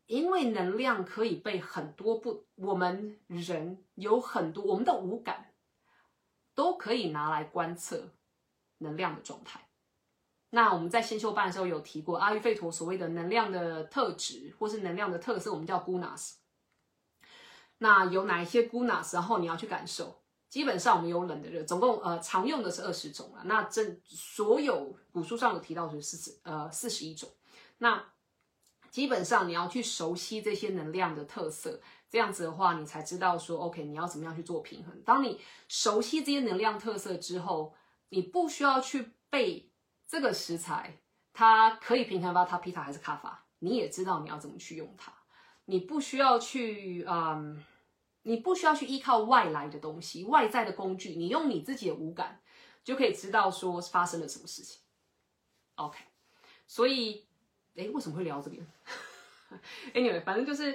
Speaker 1: 因为能量可以被很多我们人有很多我们的五感都可以拿来观测能量的状态。那我们在先修班的时候有提过，阿育吠陀所谓的能量的特质或是能量的特色，我们叫 gunas。那有哪一些 gunas， 然后你要去感受。基本上我们有冷的热，总共常用的是20种啦。那所有古书上有提到的是41种。那基本上你要去熟悉这些能量的特色，这样子的话，你才知道说 OK 你要怎么样去做平衡。当你熟悉这些能量特色之后，你不需要去背这个食材它可以平衡吧，它皮塔还是卡法，你也知道你要怎么去用它。你不需要去依靠外来的东西，外在的工具，你用你自己的五感就可以知道说发生了什么事情。OK， 所以为什么会聊这边？Anyway， 反正就是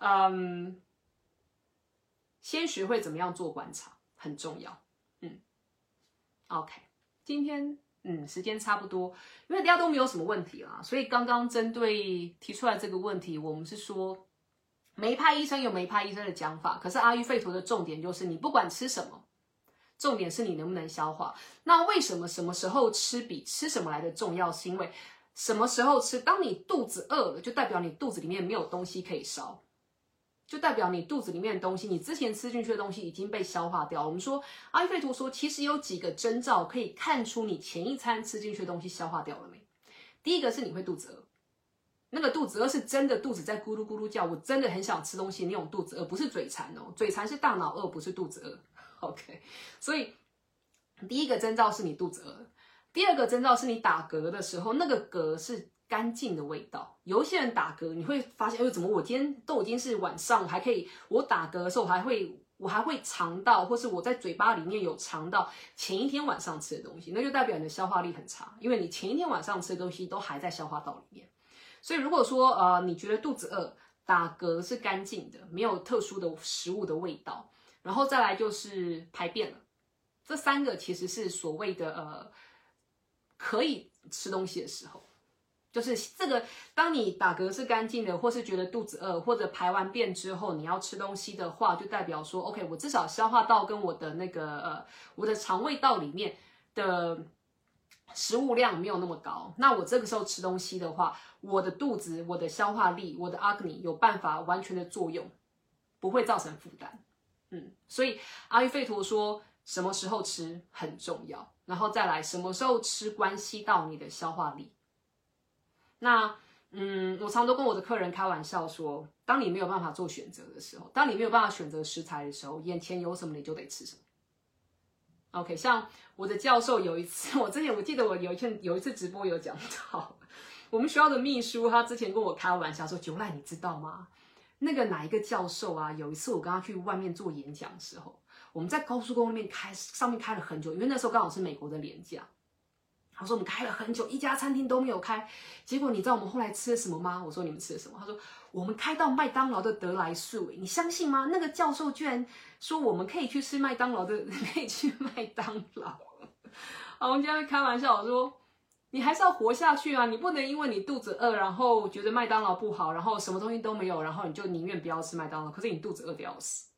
Speaker 1: 先学会怎么样做观察很重要。OK， 今天时间差不多，因为大家都没有什么问题啦，所以刚刚针对提出来这个问题，我们是说每一派医生有每一派医生的讲法，可是阿育吠陀的重点就是你不管吃什么，重点是你能不能消化。那为什么什么时候吃比吃什么来的重要？是因为什么时候吃，当你肚子饿了，就代表你肚子里面没有东西可以烧，就代表你肚子里面的东西，你之前吃进去的东西已经被消化掉。我们说阿育吠陀说，其实有几个征兆可以看出你前一餐吃进去的东西消化掉了没。第一个是你会肚子饿，那个肚子饿是真的肚子在咕噜咕噜叫，我真的很想吃东西那种肚子饿，不是嘴馋哦，嘴馋是大脑饿，不是肚子饿。OK， 所以第一个征兆是你肚子饿。第二个征兆是你打嗝的时候，那个嗝是干净的味道。有一些人打嗝，你会发现，怎么我今天都已经是晚上，我打嗝的时候，我还会尝到，或是我在嘴巴里面有尝到前一天晚上吃的东西，那就代表你的消化力很差，因为你前一天晚上吃的东西都还在消化道里面。所以如果说你觉得肚子饿，打嗝是干净的，没有特殊的食物的味道，然后再来就是排便了，这三个其实是所谓的可以吃东西的时候，就是这个，当你打嗝是干净的，或是觉得肚子饿，或者排完便之后你要吃东西的话，就代表说 OK， 我至少消化道跟我的那个我的肠胃道里面的食物量没有那么高，那我这个时候吃东西的话，我的肚子、我的消化力、我的 Agni 有办法完全的作用，不会造成负担。所以阿育吠陀说什么时候吃很重要，然后再来什么时候吃关系到你的消化力。那我常都跟我的客人开玩笑说，当你没有办法做选择的时候，当你没有办法选择食材的时候，眼前有什么你就得吃什么。OK， 像我的教授有一次，我记得我有一次直播有讲到，我们学校的秘书他之前跟我开玩笑说，九赖你知道吗？那个哪一个教授啊？有一次我跟他去外面做演讲的时候，我们在高速公路上面开了很久，因为那时候刚好是美国的连假。他说我们开了很久，一家餐厅都没有开。结果你知道我们后来吃了什么吗？我说你们吃了什么？他说我们开到麦当劳的得来速，你相信吗？那个教授居然说我们可以去吃麦当劳的，可以去麦当劳。我们今天开玩笑，我说你还是要活下去啊！你不能因为你肚子饿，然后觉得麦当劳不好，然后什么东西都没有，然后你就宁愿不要吃麦当劳。可是你肚子饿得要死。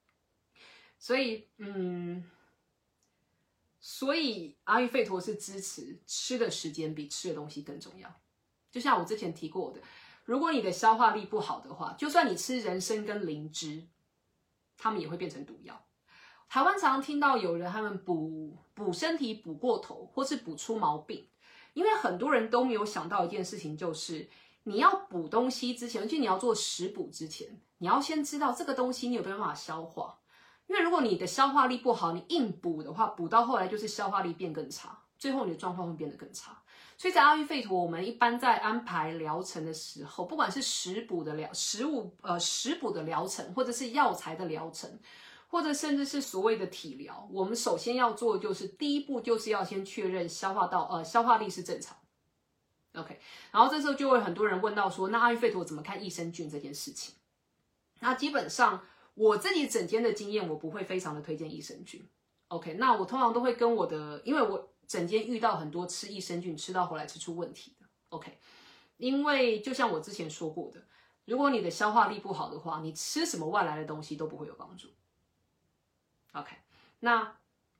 Speaker 1: 所以阿育吠陀是支持吃的时间比吃的东西更重要。就像我之前提过的，如果你的消化力不好的话，就算你吃人参跟灵芝，它们也会变成毒药。台湾常常听到有人他们补身体补过头，或是补出毛病，因为很多人都没有想到一件事情，就是你要补东西之前，而且你要做食补之前，你要先知道这个东西你有没有办法消化。因为如果你的消化力不好，你硬补的话，补到后来就是消化力变更差，最后你的状况会变得更差。所以在阿育吠陀，我们一般在安排疗程的时候，不管是食补的疗程，或者是药材的疗程，或者甚至是所谓的体疗，我们首先要做的就是第一步，就是要先确认消化力是正常。OK， 然后这时候就会很多人问到说，那阿育吠陀怎么看益生菌这件事情？那基本上我自己整间的经验，我不会非常的推荐益生菌。OK， 那我通常都会跟因为我整间遇到很多吃益生菌吃到后来吃出问题的。OK， 因为就像我之前说过的， 如果你的消化力不好的话，你吃什么外来的东西都不会有帮助。OK， 那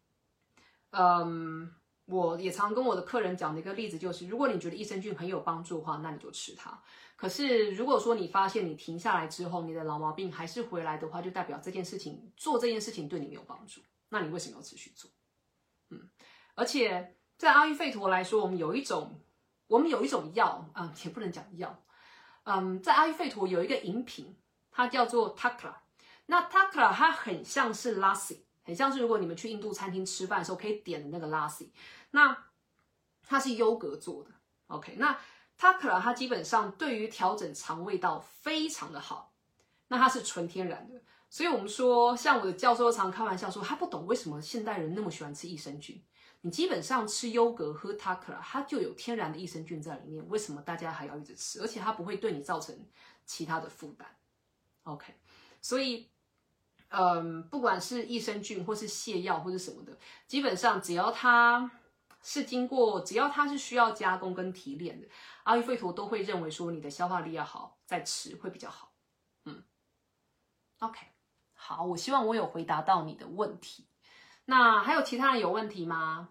Speaker 1: 我也常跟我的客人讲的一个例子就是，如果你觉得益生菌很有帮助的话，那你就吃它。可是如果说你发现你停下来之后，你的老毛病还是回来的话，就代表这件事情做这件事情对你没有帮助，那你为什么要持续做？而且在阿育吠陀来说，我们有一种药也不能讲药，在阿育吠陀有一个饮品，它叫做 Takla。那 Takla 它很像是 Lassi， 很像是如果你们去印度餐厅吃饭的时候可以点的那个 Lassi。那它是优格做的 ，OK？ 那 Takla 它基本上对于调整肠胃道非常的好，那它是纯天然的。所以我们说，像我的教授常开玩笑说，他不懂为什么现代人那么喜欢吃益生菌。你基本上吃优格喝 Takla， 它就有天然的益生菌在里面，为什么大家还要一直吃？而且它不会对你造成其他的负担。OK， 所以不管是益生菌或是泻药或是什么的，基本上只要它是需要加工跟提炼的，阿育吠陀都会认为说你的消化力要好，再吃会比较好。OK， 好，我希望我有回答到你的问题。那还有其他人有问题吗？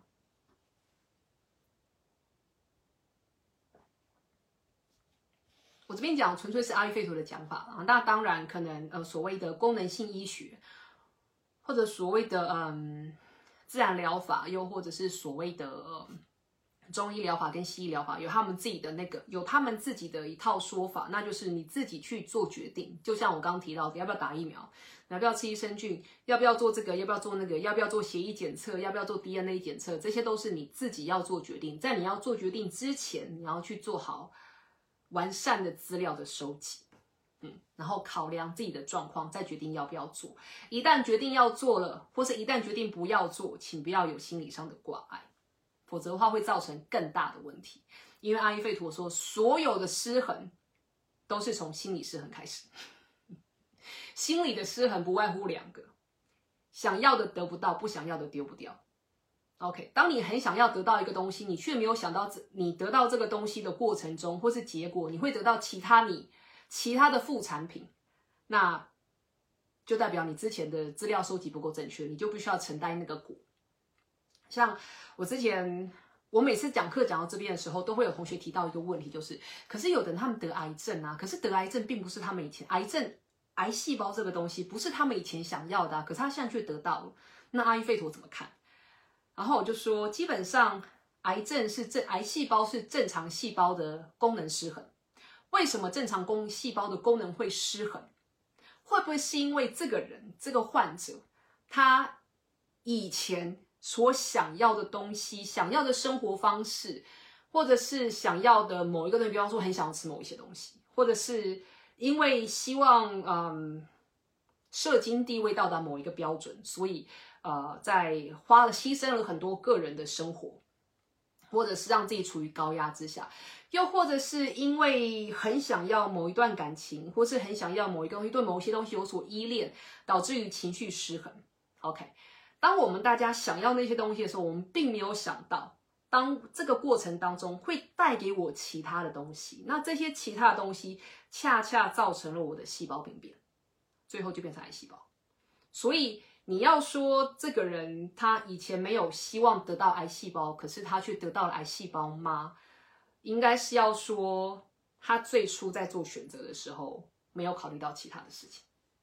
Speaker 1: 我这边讲纯粹是阿育吠陀的讲法啊，那当然可能所谓的功能性医学，或者所谓的自然疗法，又或者是所谓的中医疗法跟西医疗法，有他们自己的一套说法，那就是你自己去做决定。就像我刚刚提到的，要不要打疫苗，要不要吃益生菌，要不要做这个，要不要做那个，要不要做血液检测，要不要做 DNA 检测，这些都是你自己要做决定。在你要做决定之前，你要去做好完善的资料的收集，然后考量自己的状况，再决定要不要做。一旦决定要做了，或是一旦决定不要做，请不要有心理上的挂碍。否则的话会造成更大的问题，因为阿育吠陀说，所有的失衡都是从心理失衡开始。心理的失衡不外乎两个，想要的得不到，不想要的丢不掉。OK， 当你很想要得到一个东西，你却没有想到你得到这个东西的过程中，或是结果，你会得到其他的副产品，那就代表你之前的资料收集不够正确，你就必须要承担那个果。像我每次讲课讲到这边的时候，都会有同学提到一个问题，就是可是有的人他们得癌症啊，可是得癌症并不是他们以前癌细胞这个东西不是他们以前想要的可是他现在却得到了，那阿育吠陀怎么看？然后我就说，基本上癌细胞是正常细胞的功能失衡。为什么正常细胞的功能会失衡？会不会是因为这个患者他以前所想要的东西，想要的生活方式，或者是想要的某一个东西，比方说很想要吃某一些东西，或者是因为希望社经地位到达某一个标准，所以在牺牲了很多个人的生活，或者是让自己处于高压之下，又或者是因为很想要某一段感情，或是很想要某一个东西，对某些东西有所依恋，导致于情绪失衡。OK， 当我们大家想要那些东西的时候，我们并没有想到，当这个过程当中会带给我其他的东西，那这些其他的东西恰恰造成了我的细胞病变，最后就变成癌细胞。所以你要说这个人他以前没有希望得到癌细胞，可是他却得到了癌细胞吗？应该是要说他最初在做选择的时候没有考虑到其他的事情。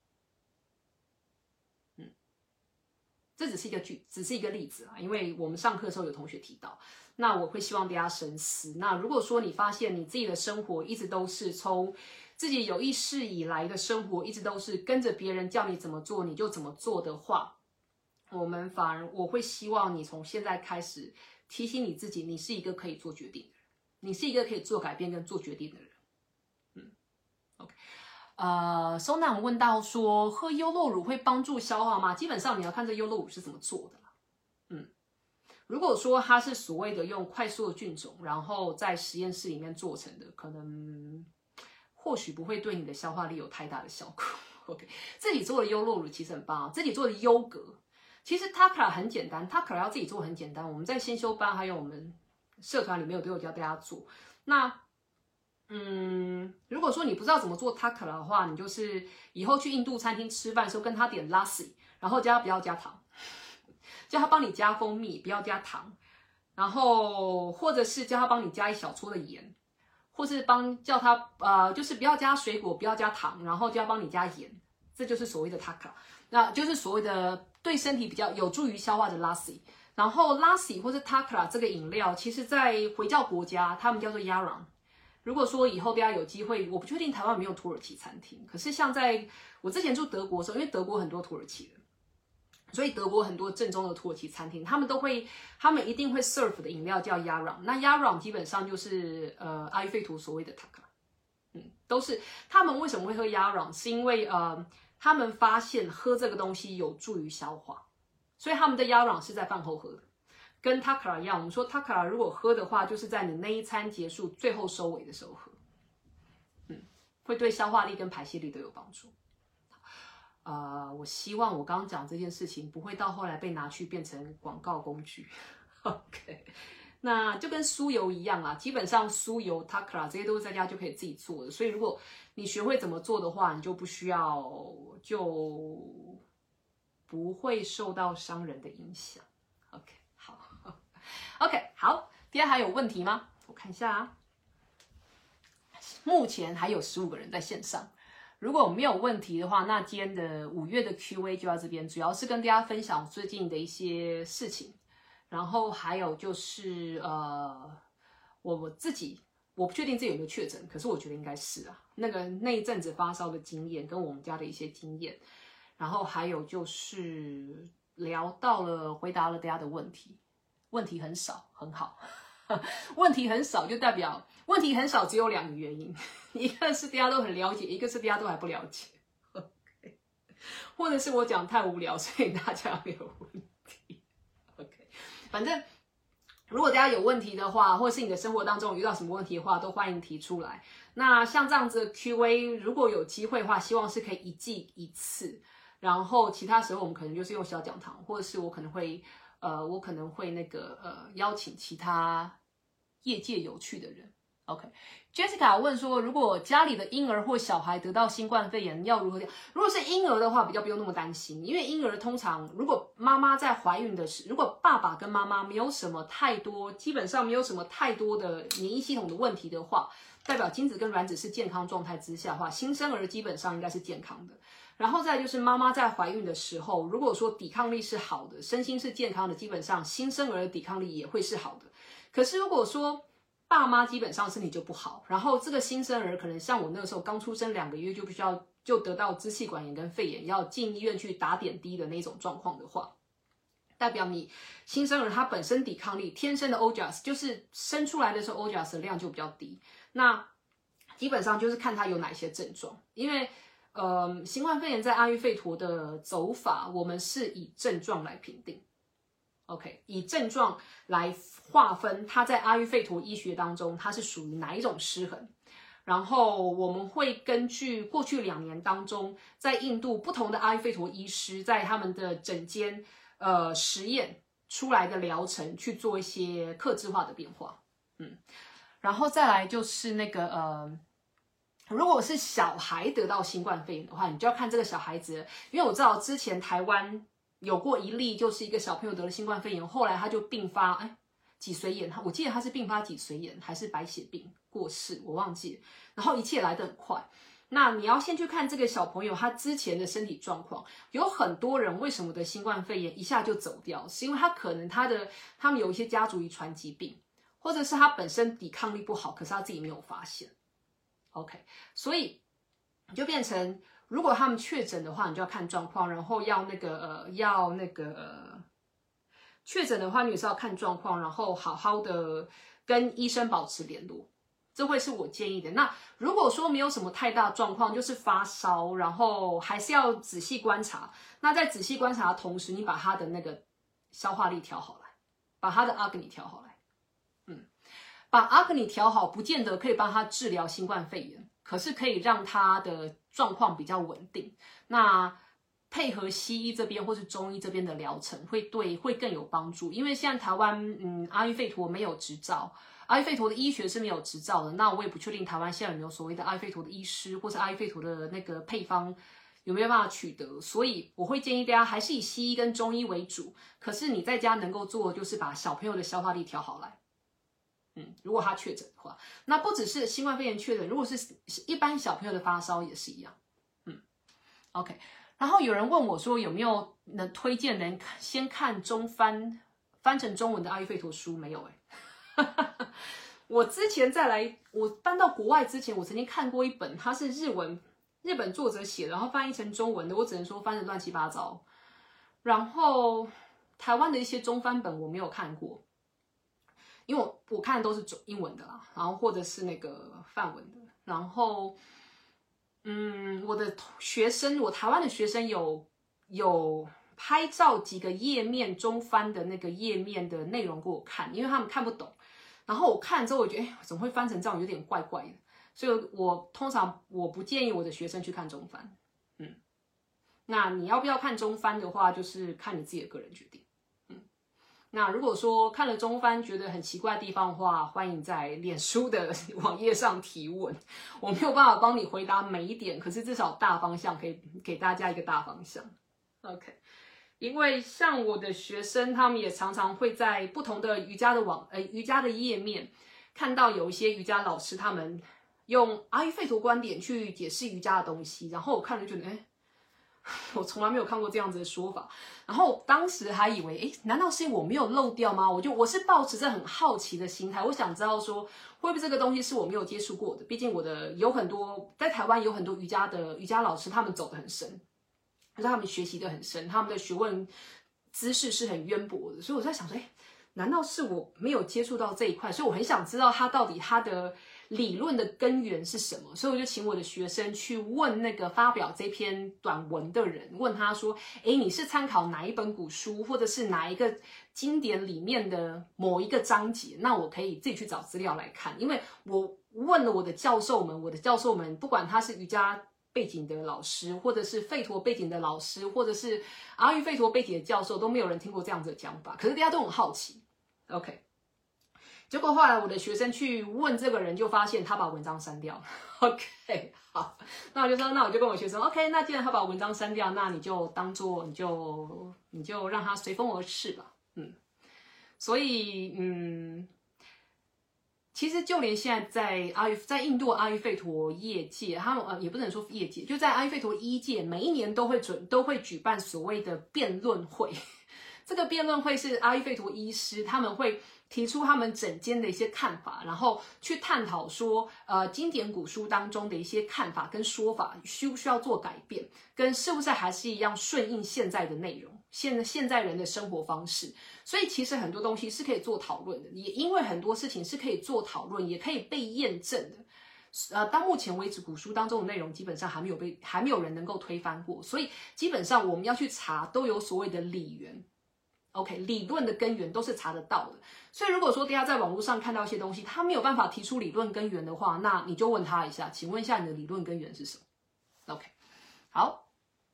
Speaker 1: 这只是一个例子啊，因为我们上课的时候有同学提到，那我会希望大家深思。那如果说你发现你自己的生活一直都是从自己有意识以来的生活，一直都是跟着别人叫你怎么做你就怎么做的话，我会希望你从现在开始提醒你自己，你是一个可以做决定的人，你是一个可以做改变跟做决定的人。OK。收纳我问到说，喝优酪乳会帮助消化吗？基本上你要看这优酪乳是怎么做的啦。如果说它是所谓的用快速的菌种，然后在实验室里面做成的，可能或许不会对你的消化力有太大的效果。OK， 自己做的优酪乳其实很棒，自己做的优格，其实 Takla 很简单 ，Takla 要自己做很简单。我们在先修班还有我们社团里面都有教大家做。那如果说你不知道怎么做 takra 的话，你就是以后去印度餐厅吃饭的时候跟他点 lassi， 然后叫他不要加糖，叫他帮你加蜂蜜，不要加糖，然后或者是叫他帮你加一小撮的盐，或是叫他就是不要加水果，不要加糖，然后就要帮你加盐，这就是所谓的 takra， 那就是所谓的对身体比较有助于消化的 lassi。然后 lassi 或是 takra 这个饮料，其实在回教国家他们叫做 yaram。如果说以后大家有机会，我不确定台湾有没有土耳其餐厅，可是像在我之前住德国的时候，因为德国很多土耳其人，所以德国很多正宗的土耳其餐厅，他们一定会 serve 的饮料叫 yaram。那 yaram 基本上就是阿育吠陀所谓的 takra，都是他们为什么会喝 yaram， 是因为他们发现喝这个东西有助于消化，所以他们的 yaram 是在饭后喝的。跟 takra 一样，我们说 takra 如果喝的话，就是在你那一餐结束最后收尾的时候喝，会对消化力跟排泄力都有帮助。我希望我刚刚讲这件事情不会到后来被拿去变成广告工具。OK， 那就跟酥油一样啊，基本上酥油 takra 这些都是在家就可以自己做的，所以如果你学会怎么做的话，你就不需要，就不会受到商人的影响。OK。OK， 好，大家还有问题吗？我看一下啊，目前还有15个人在线上。如果没有问题的话，那今天的5月的 Q&A 就到这边，主要是跟大家分享最近的一些事情，然后还有就是我自己，我不确定自己有没有确诊，可是我觉得应该是啊，那一阵子发烧的经验跟我们家的一些经验，然后还有就是回答了大家的问题。问题很少，很好。问题很少就代表问题很少，只有2个原因，一个是大家都很了解，一个是大家都还不了解。OK， 或者是我讲太无聊，所以大家没有问题。OK， 反正如果大家有问题的话，或者是你的生活当中有遇到什么问题的话，都欢迎提出来。那像这样子的 Q&A， 如果有机会的话，希望是可以1季1次，然后其他时候我们可能就是用小讲堂，或者是我可能会邀请其他业界有趣的人。OK，Jessica 问说，如果家里的婴儿或小孩得到新冠肺炎，要如何？如果是婴儿的话，比较不用那么担心，因为婴儿通常如果妈妈在怀孕的时，如果爸爸跟妈妈没有什么太多，基本上没有什么太多的免疫系统的问题的话，代表精子跟卵子是健康状态之下的话，新生儿基本上应该是健康的。然后再就是妈妈在怀孕的时候，如果说抵抗力是好的，身心是健康的，基本上新生儿的抵抗力也会是好的。可是如果说爸妈基本上身体就不好，然后这个新生儿可能像我那个时候刚出生2个月就必须要就得到支气管炎跟肺炎，要进医院去打点滴的那种状况的话，代表你新生儿他本身抵抗力天生的 OJAS 就是生出来的时候 OJAS 的量就比较低，那基本上就是看他有哪些症状，因为新冠肺炎在阿育吠陀的走法，我们是以症状来评定。OK， 以症状来划分，它在阿育吠陀医学当中，它是属于哪一种失衡。然后我们会根据过去2年当中，在印度不同的阿育吠陀医师在他们的诊间实验出来的疗程去做一些客制化的变化。然后再来就是那个如果是小孩得到新冠肺炎的话，你就要看这个小孩子，因为我知道之前台湾有过一例，就是一个小朋友得了新冠肺炎，后来他就并发脊髓炎，我记得他是并发脊髓炎还是白血病过世，我忘记了。然后一切来得很快。那你要先去看这个小朋友他之前的身体状况，有很多人为什么得新冠肺炎一下就走掉，是因为他可能他们有一些家族遗传疾病，或者是他本身抵抗力不好，可是他自己没有发现。OK， 所以就变成如果他们确诊的话，你就要看状况，然后要确诊的话，你也是要看状况，然后好好的跟医生保持联络，这会是我建议的。那如果说没有什么太大状况，就是发烧，然后还是要仔细观察。那在仔细观察的同时，你把他的那个消化力调好来，把他的阿格尼调好来。把阿格尼调好，不见得可以帮他治疗新冠肺炎，可是可以让他的状况比较稳定。那配合西医这边或是中医这边的疗程，会更有帮助。因为现在台湾阿育吠陀没有执照， 阿育吠陀的医学是没有执照的，那我也不确定台湾现在有没有所谓的阿育吠陀的医师，或是阿育吠陀的那个配方有没有办法取得，所以我会建议大家还是以西医跟中医为主。可是你在家能够做的就是把小朋友的消化力调好来。如果他确诊的话，那不只是新冠肺炎确诊，如果是一般小朋友的发烧也是一样。OK。然后有人问我说有没有能推荐人先看中翻成中文的阿育吠陀书？没有我之前我搬到国外之前，我曾经看过一本，它是日本作者写的，然后翻译成中文的，我只能说翻得乱七八糟。然后台湾的一些中翻本我没有看过，因为我看的都是英文的啦，然后或者是那个梵文的。然后我的学生，我台湾的学生有拍照几个页面中翻的那个页面的内容给我看，因为他们看不懂。然后我看了之后，我觉得怎么会翻成这样，有点怪怪的。所以我通常不建议我的学生去看中翻。那你要不要看中翻的话，就是看你自己的个人决定。那如果说看了中翻觉得很奇怪的地方的话，欢迎在脸书的网页上提问。我没有办法帮你回答每一点，可是至少大方向可以给大家一个大方向。OK。因为像我的学生，他们也常常会在不同的瑜伽的页面看到有一些瑜伽老师他们用阿育吠陀观点去解释瑜伽的东西，然后我看了就觉得我从来没有看过这样子的说法。然后当时还以为难道是因为我没有漏掉吗？我是抱持着很好奇的心态，我想知道说会不会这个东西是我没有接触过的。毕竟有很多在台湾有很多瑜伽老师，他们走得很深，就是他们学习得很深，他们的学问知识是很渊博的。所以我在想说难道是我没有接触到这一块？所以我很想知道他的理论的根源是什么。所以我就请我的学生去问那个发表这篇短文的人，问他说你是参考哪一本古书，或者是哪一个经典里面的某一个章节，那我可以自己去找资料来看。因为我问了我的教授们不管他是瑜伽背景的老师，或者是吠陀背景的老师，或者是阿育吠陀背景的教授，都没有人听过这样子的讲法，可是大家都很好奇。 OK。 结果后来我的学生去问这个人，就发现他把文章删掉了。OK。 好，那我就跟我学生 OK， 那既然他把文章删掉，那你就当做你就让他随风而逝吧。所以其实就连现在在印度阿育吠陀业界，他们也不能说业界，就在阿育吠陀医界，每一年都会举办所谓的辩论会。这个辩论会是阿育吠陀医师他们会提出他们整间的一些看法，然后去探讨说经典古书当中的一些看法跟说法需不需要做改变，跟是不是还是一样顺应现在的内容，现在人的生活方式。所以其实很多东西是可以做讨论的，也因为很多事情是可以做讨论，也可以被验证的。到目前为止古书当中的内容基本上还没有人能够推翻过，所以基本上我们要去查都有所谓的理源。OK， 理论的根源都是查得到的。所以如果说大家在网络上看到一些东西，他没有办法提出理论根源的话，那你就问他一下，请问一下你的理论根源是什么？ OK。 好。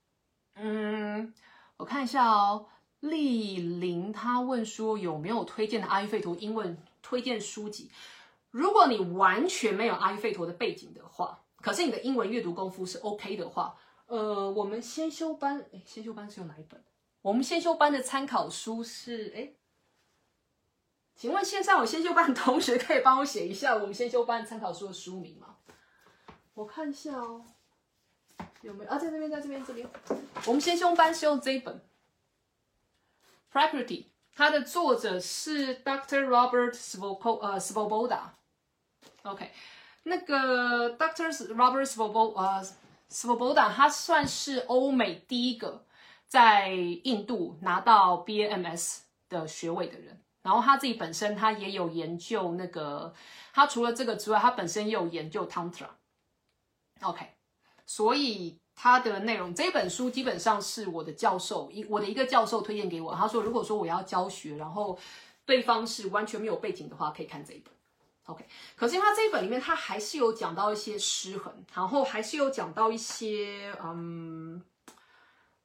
Speaker 1: 我看一下丽玲她问说有没有推荐的阿育吠陀英文推荐书籍。如果你完全没有阿育吠陀的背景的话，可是你的英文阅读功夫是 OK 的话，我们先修班是用哪一本？我们先修班的参考书是请问线上有先修班的同学可以帮我写一下我们先修班参考书的书名吗？我看一下有没有在这边。我们先修班是用这一本 Prakriti， 它的作者是 Dr. Robert Svoboda。 OK， 那个 Dr. Robert Svoboda 他算是欧美第一个在印度拿到 BAMS 的学位的人，然后他自己本身他也有研究他除了这个之外，他本身也有研究 Tantra。 OK， 所以他的内容，这本书基本上是我的一个教授推荐给我，他说如果说我要教学，然后对方是完全没有背景的话，可以看这一本。OK， 可是因为他这一本里面他还是有讲到一些失衡，然后还是有讲到一些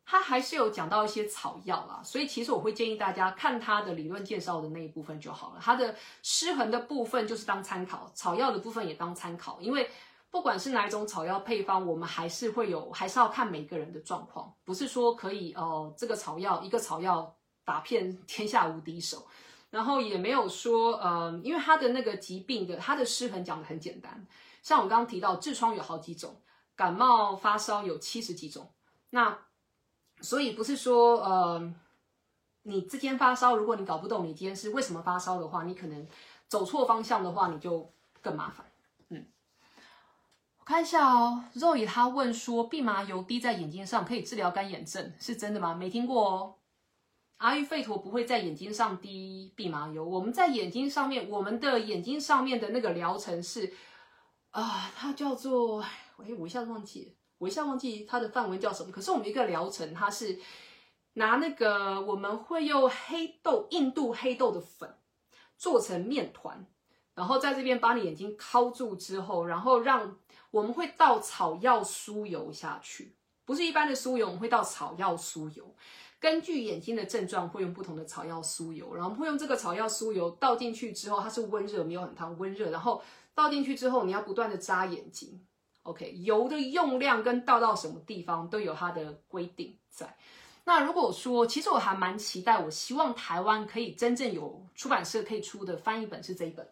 Speaker 1: 它还是有讲到一些草药啦，所以其实我会建议大家看它的理论介绍的那一部分就好了。它的失衡的部分就是当参考，草药的部分也当参考，因为不管是哪一种草药配方，我们还是要看每个人的状况，不是说可以这个一个草药打遍天下无敌手。然后也没有说因为它的那个疾病的它的失衡讲得很简单，像我刚刚提到痔疮有好几种，感冒发烧有70几种，那所以不是说你之前发烧，如果你搞不懂你今天是为什么发烧的话，你可能走错方向的话，你就更麻烦。我看一下哦，肉爷他问说，蓖麻油滴在眼睛上可以治疗干眼症，是真的吗？没听过哦。阿育吠陀不会在眼睛上滴蓖麻油，我们在眼睛上面，我们的眼睛上面的那个疗程是它叫做我一下忘记它的范围叫什么。可是我们一个疗程，它是拿那个我们会用印度黑豆的粉做成面团，然后在这边把你眼睛铐住之后，然后我们会倒草药酥油下去，不是一般的酥油，我们会倒草药酥油。根据眼睛的症状，会用不同的草药酥油，然后我们会用这个草药酥油倒进去之后，它是温热，没有很烫，温热，然后倒进去之后，你要不断的眨眼睛。OK， 油的用量跟倒到什么地方都有它的规定在。那如果说，其实我还蛮期待，我希望台湾可以真正有出版社可以出的翻译本是这一本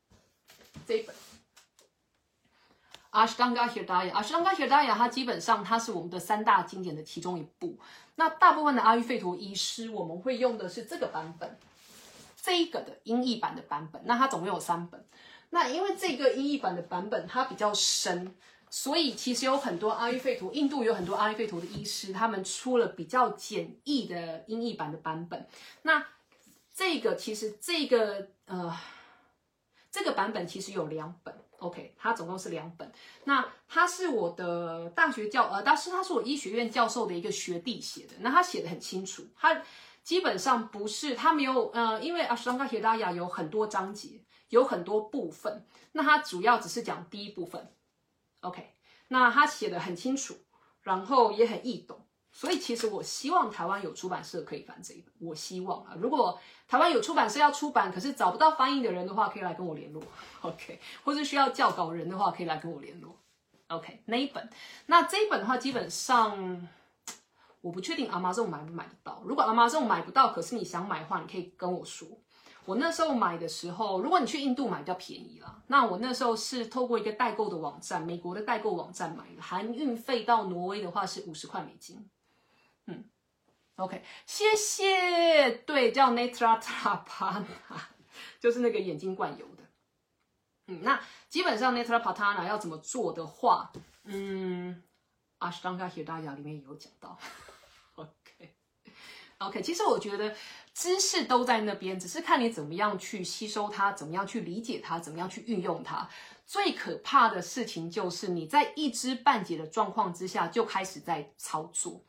Speaker 1: Ashtanga Hridaya。Ashtanga Hridaya 它基本上它是我们的3大经典的其中一部。那大部分的阿育吠陀医师我们会用的是这个版本，这一个的音译版的版本。那它总共有3本。那因为这个音译版的版本它比较深，所以其实有很多阿育吠陀，印度有很多阿育吠陀的医师，他们出了比较简易的音译版的版本。那这个版本其实有2本。OK， 它总共是2本。那它是我的大学它是我医学院教授的一个学弟写的。那他写的很清楚，他基本上不是他没有因为 Ashtanga Hridaya 有很多章节，有很多部分，那他主要只是讲第一部分。OK， 那他写的很清楚，然后也很易懂。所以其实我希望台湾有出版社可以翻这一本，我希望如果台湾有出版社要出版，可是找不到翻译的人的话，可以来跟我联络 ，OK， 或是需要校稿人的话，可以来跟我联络 ，OK， 那一本，那这一本的话，基本上我不确定 Amazon 买不买得到。如果 Amazon 买不到，可是你想买的话，你可以跟我说。我那时候买的时候，如果你去印度买比较便宜啦。那我那时候是透过一个代购的网站，美国的代购网站买的，含运费到挪威的话是50块美金。OK， 谢谢。对，叫 Netrapathana， 就是那个眼睛灌油的。那基本上 Netrapathana 要怎么做的话，Ashtanga Hridaya 里面也有讲到。OK， 其实我觉得知识都在那边，只是看你怎么样去吸收它，怎么样去理解它，怎么样去运用它。最可怕的事情就是你在一知半解的状况之下就开始在操作，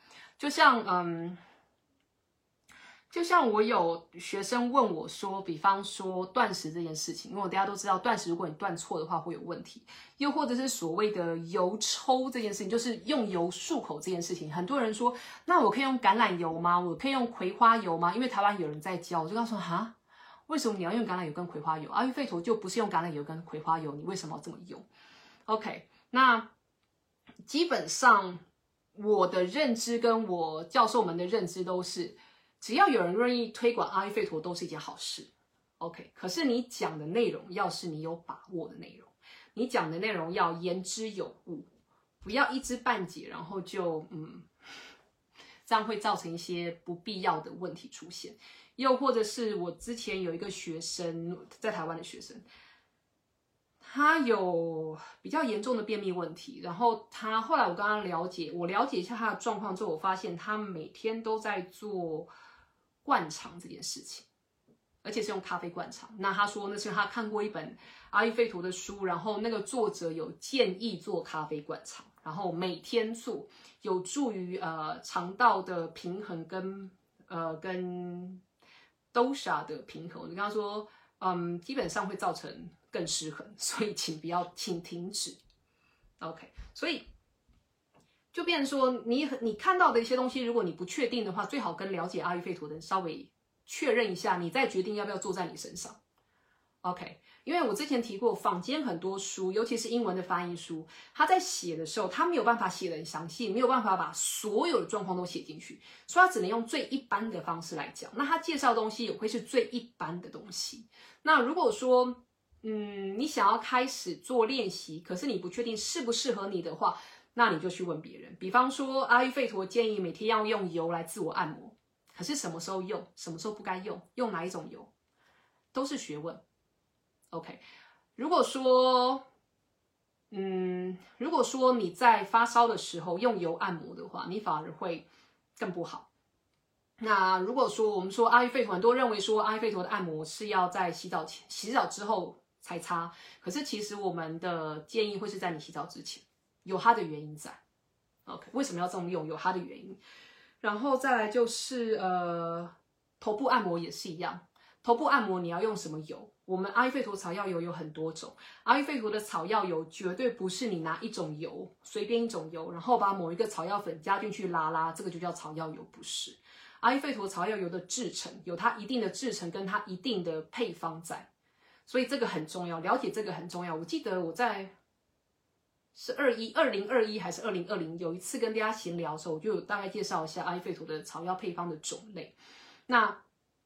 Speaker 1: 就像我有学生问我说，比方说断食这件事情，因为大家都知道断食如果你断错的话会有问题，又或者是所谓的油抽这件事情，就是用油漱口这件事情，很多人说，那我可以用橄榄油吗？我可以用葵花油吗？因为台湾有人在教，我就告诉他，为什么你要用橄榄油跟葵花油？阿育吠陀就不是用橄榄油跟葵花油，你为什么要这么用 ？OK， 那基本上我的认知跟我教授们的认知都是，只要有人愿意推广阿育吠陀都是一件好事 ，OK。可是你讲的内容要是你有把握的内容，你讲的内容要言之有物，不要一知半解，然后就这样会造成一些不必要的问题出现。又或者是我之前有一个学生，在台湾的学生，他有比较严重的便秘问题，然后他后来我跟他了解一下他的状况之后，我发现他每天都在做灌肠这件事情，而且是用咖啡灌肠。那他说那是他看过一本阿育吠陀的书，然后那个作者有建议做咖啡灌肠，然后每天做，有助于肠道的平衡跟dosha 的平衡。我就跟他说，基本上会造成更失衡，所以请停止。OK， 所以就变成说你看到的一些东西，如果你不确定的话，最好跟了解阿育吠陀的人稍微确认一下，你再决定要不要做在你身上。OK， 因为我之前提过，坊间很多书，尤其是英文的翻译书，他在写的时候，他没有办法写得很详细，没有办法把所有的状况都写进去，所以他只能用最一般的方式来讲。那他介绍的东西也会是最一般的东西。那如果说，你想要开始做练习，可是你不确定适不适合你的话，那你就去问别人。比方说，阿育吠陀建议每天要用油来自我按摩，可是什么时候用，什么时候不该用，用哪一种油，都是学问。OK， 如果说你在发烧的时候用油按摩的话，你反而会更不好。那如果说我们说阿育吠陀，很多认为说阿育吠陀的按摩是要在洗澡之后才擦，可是其实我们的建议会是在你洗澡之前，有它的原因在。OK， 为什么要这么用？有它的原因。然后再来就是头部按摩也是一样，头部按摩你要用什么油？我们阿育吠陀草药油有很多种，阿育吠陀的草药油绝对不是你拿一种油，随便一种油，然后把某一个草药粉加进去拉，这个就叫草药油，不是。阿育吠陀草药油的制成有它一定的制成跟它一定的配方在，所以这个很重要，了解这个很重要。我记得我在是2021还是2020有一次跟大家闲聊的时候，我就大概介绍一下阿育吠陀的草药配方的种类。那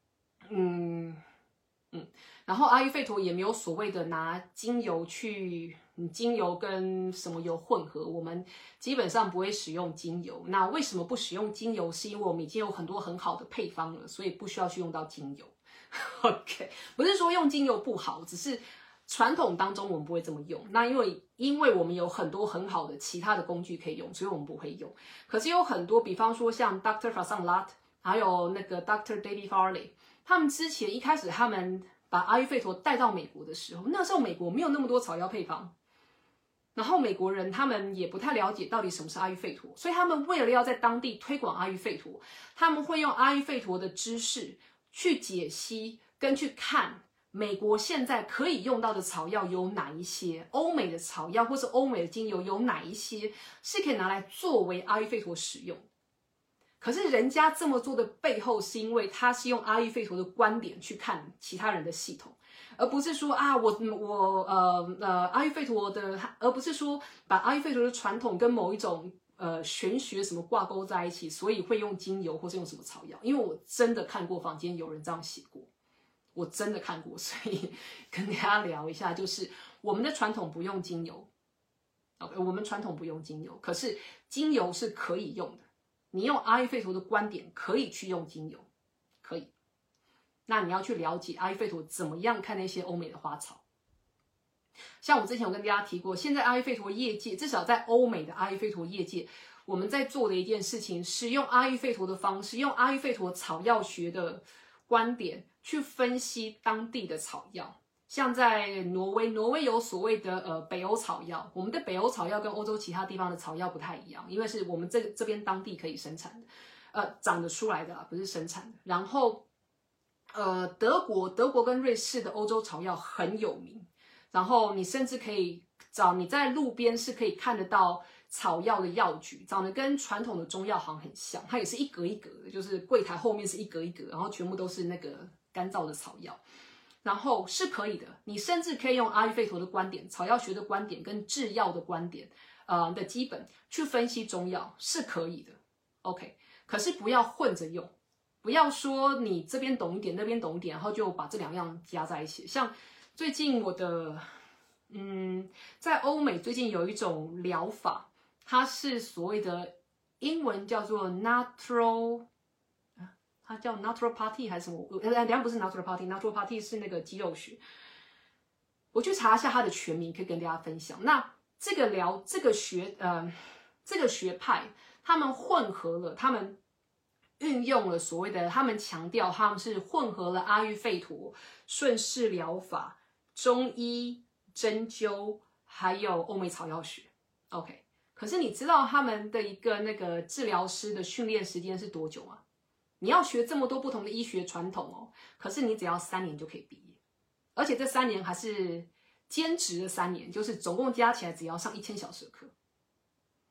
Speaker 1: 然后阿育吠陀也没有所谓的拿精油去，精油跟什么油混合，我们基本上不会使用精油。那为什么不使用精油？是因为我们已经有很多很好的配方了，所以不需要去用到精油。OK， 不是说用精油不好，只是传统当中我们不会这么用。那因为我们有很多很好的其他的工具可以用，所以我们不会用。可是有很多，比方说像 Dr. Fasan Lat， 还有那个 Dr. David Farley， 他们之前一开始他们把阿育吠陀带到美国的时候，那时候美国没有那么多草药配方，然后美国人他们也不太了解到底什么是阿育吠陀，所以他们为了要在当地推广阿育吠陀，他们会用阿育吠陀的知识去解析跟去看美国现在可以用到的草药有哪一些，欧美的草药或是欧美的精油有哪一些是可以拿来作为阿育吠陀使用。可是人家这么做的背后，是因为他是用阿育吠陀的观点去看其他人的系统，而不是说阿育吠陀的，而不是说把阿育吠陀的传统跟某一种玄学什么挂钩在一起，所以会用精油或是用什么草药。因为我真的看过坊间有人这样写过，我真的看过，所以跟大家聊一下，就是我们的传统不用精油，我们传统不用精油，可是精油是可以用的。你用阿育吠陀的观点可以去用精油，可以。那你要去了解阿育吠陀怎么样看那些欧美的花草。像我之前有跟大家提过，现在阿育吠陀业界，至少在欧美的阿育吠陀业界，我们在做的一件事情是用阿育吠陀的方式，用阿育吠陀草药学的观点去分析当地的草药。像在挪威有所谓的北欧草药，我们的北欧草药跟欧洲其他地方的草药不太一样，因为是我们这边当地可以生产的，长得出来的啦，不是生产的。然后德国跟瑞士的欧洲草药很有名，然后你甚至可以你在路边是可以看得到草药的药局，长得跟传统的中药行很像，它也是一格一格的，就是柜台后面是一格一格，然后全部都是那个干燥的草药。然后是可以的，你甚至可以用阿育吠陀的观点、草药学的观点跟制药的观点，的基本去分析中药是可以的 ，OK。可是不要混着用，不要说你这边懂一点，那边懂一点，然后就把这两样加在一起。像最近我的，在欧美最近有一种疗法，它是所谓的英文叫做 natural。它叫 naturopathy 还是什么？等下不是 naturopathy 是那个肌肉学。我去查一下它的全名，可以跟大家分享。那这个学派，他们混合了，他们运用了所谓的，他们强调他们是混合了阿育吠陀、顺势疗法、中医、针灸，还有欧美草药学。OK， 可是你知道他们的一个那个治疗师的训练时间是多久吗？你要学这么多不同的医学传统哦，可是你只要3年就可以毕业，而且这3年还是兼职的3年，就是总共加起来只要上1000小时的课。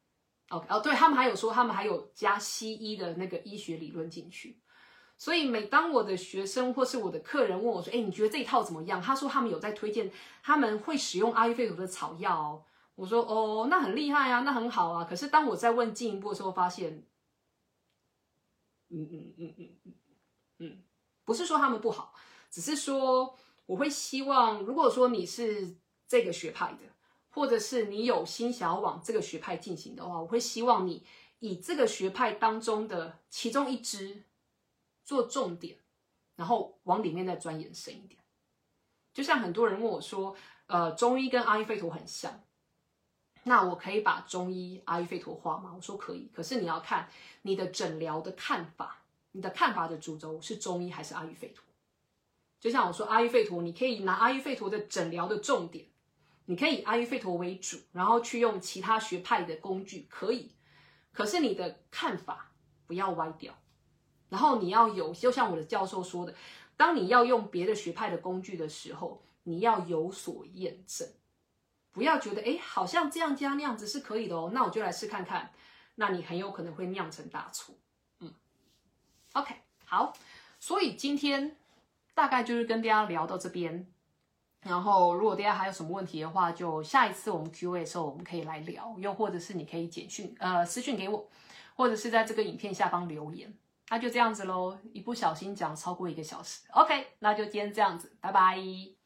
Speaker 1: OK， 哦，对，他们还有说，他们还有加西医的那个医学理论进去。所以每当我的学生或是我的客人问我说：“哎，你觉得这一套怎么样？”他说他们有在推荐，他们会使用阿育吠陀的草药哦。我说：“哦，那很厉害啊，那很好啊。”可是当我在问进一步的时候，发现，不是说他们不好，只是说我会希望，如果说你是这个学派的，或者是你有心想要往这个学派进行的话，我会希望你以这个学派当中的其中一支做重点，然后往里面再钻研深一点。就像很多人问我说，中医跟阿育吠陀很像，那我可以把中医阿育吠陀化吗？我说可以，可是你要看你的诊疗的看法，你的看法的主轴是中医还是阿育吠陀？就像我说阿育吠陀，你可以拿阿育吠陀的诊疗的重点，你可以以阿育吠陀为主，然后去用其他学派的工具，可以。可是你的看法不要歪掉。然后你要有，就像我的教授说的，当你要用别的学派的工具的时候，你要有所验证，不要觉得好像这样加那样子是可以的哦，那我就来试看看，那你很有可能会酿成大错。OK， 好，所以今天大概就是跟大家聊到这边。然后，如果大家还有什么问题的话，就下一次我们 Q&A 的时候我们可以来聊，又或者是你可以私讯给我，或者是在这个影片下方留言。那就这样子咯，一不小心讲超过1个小时。OK， 那就今天这样子，拜拜。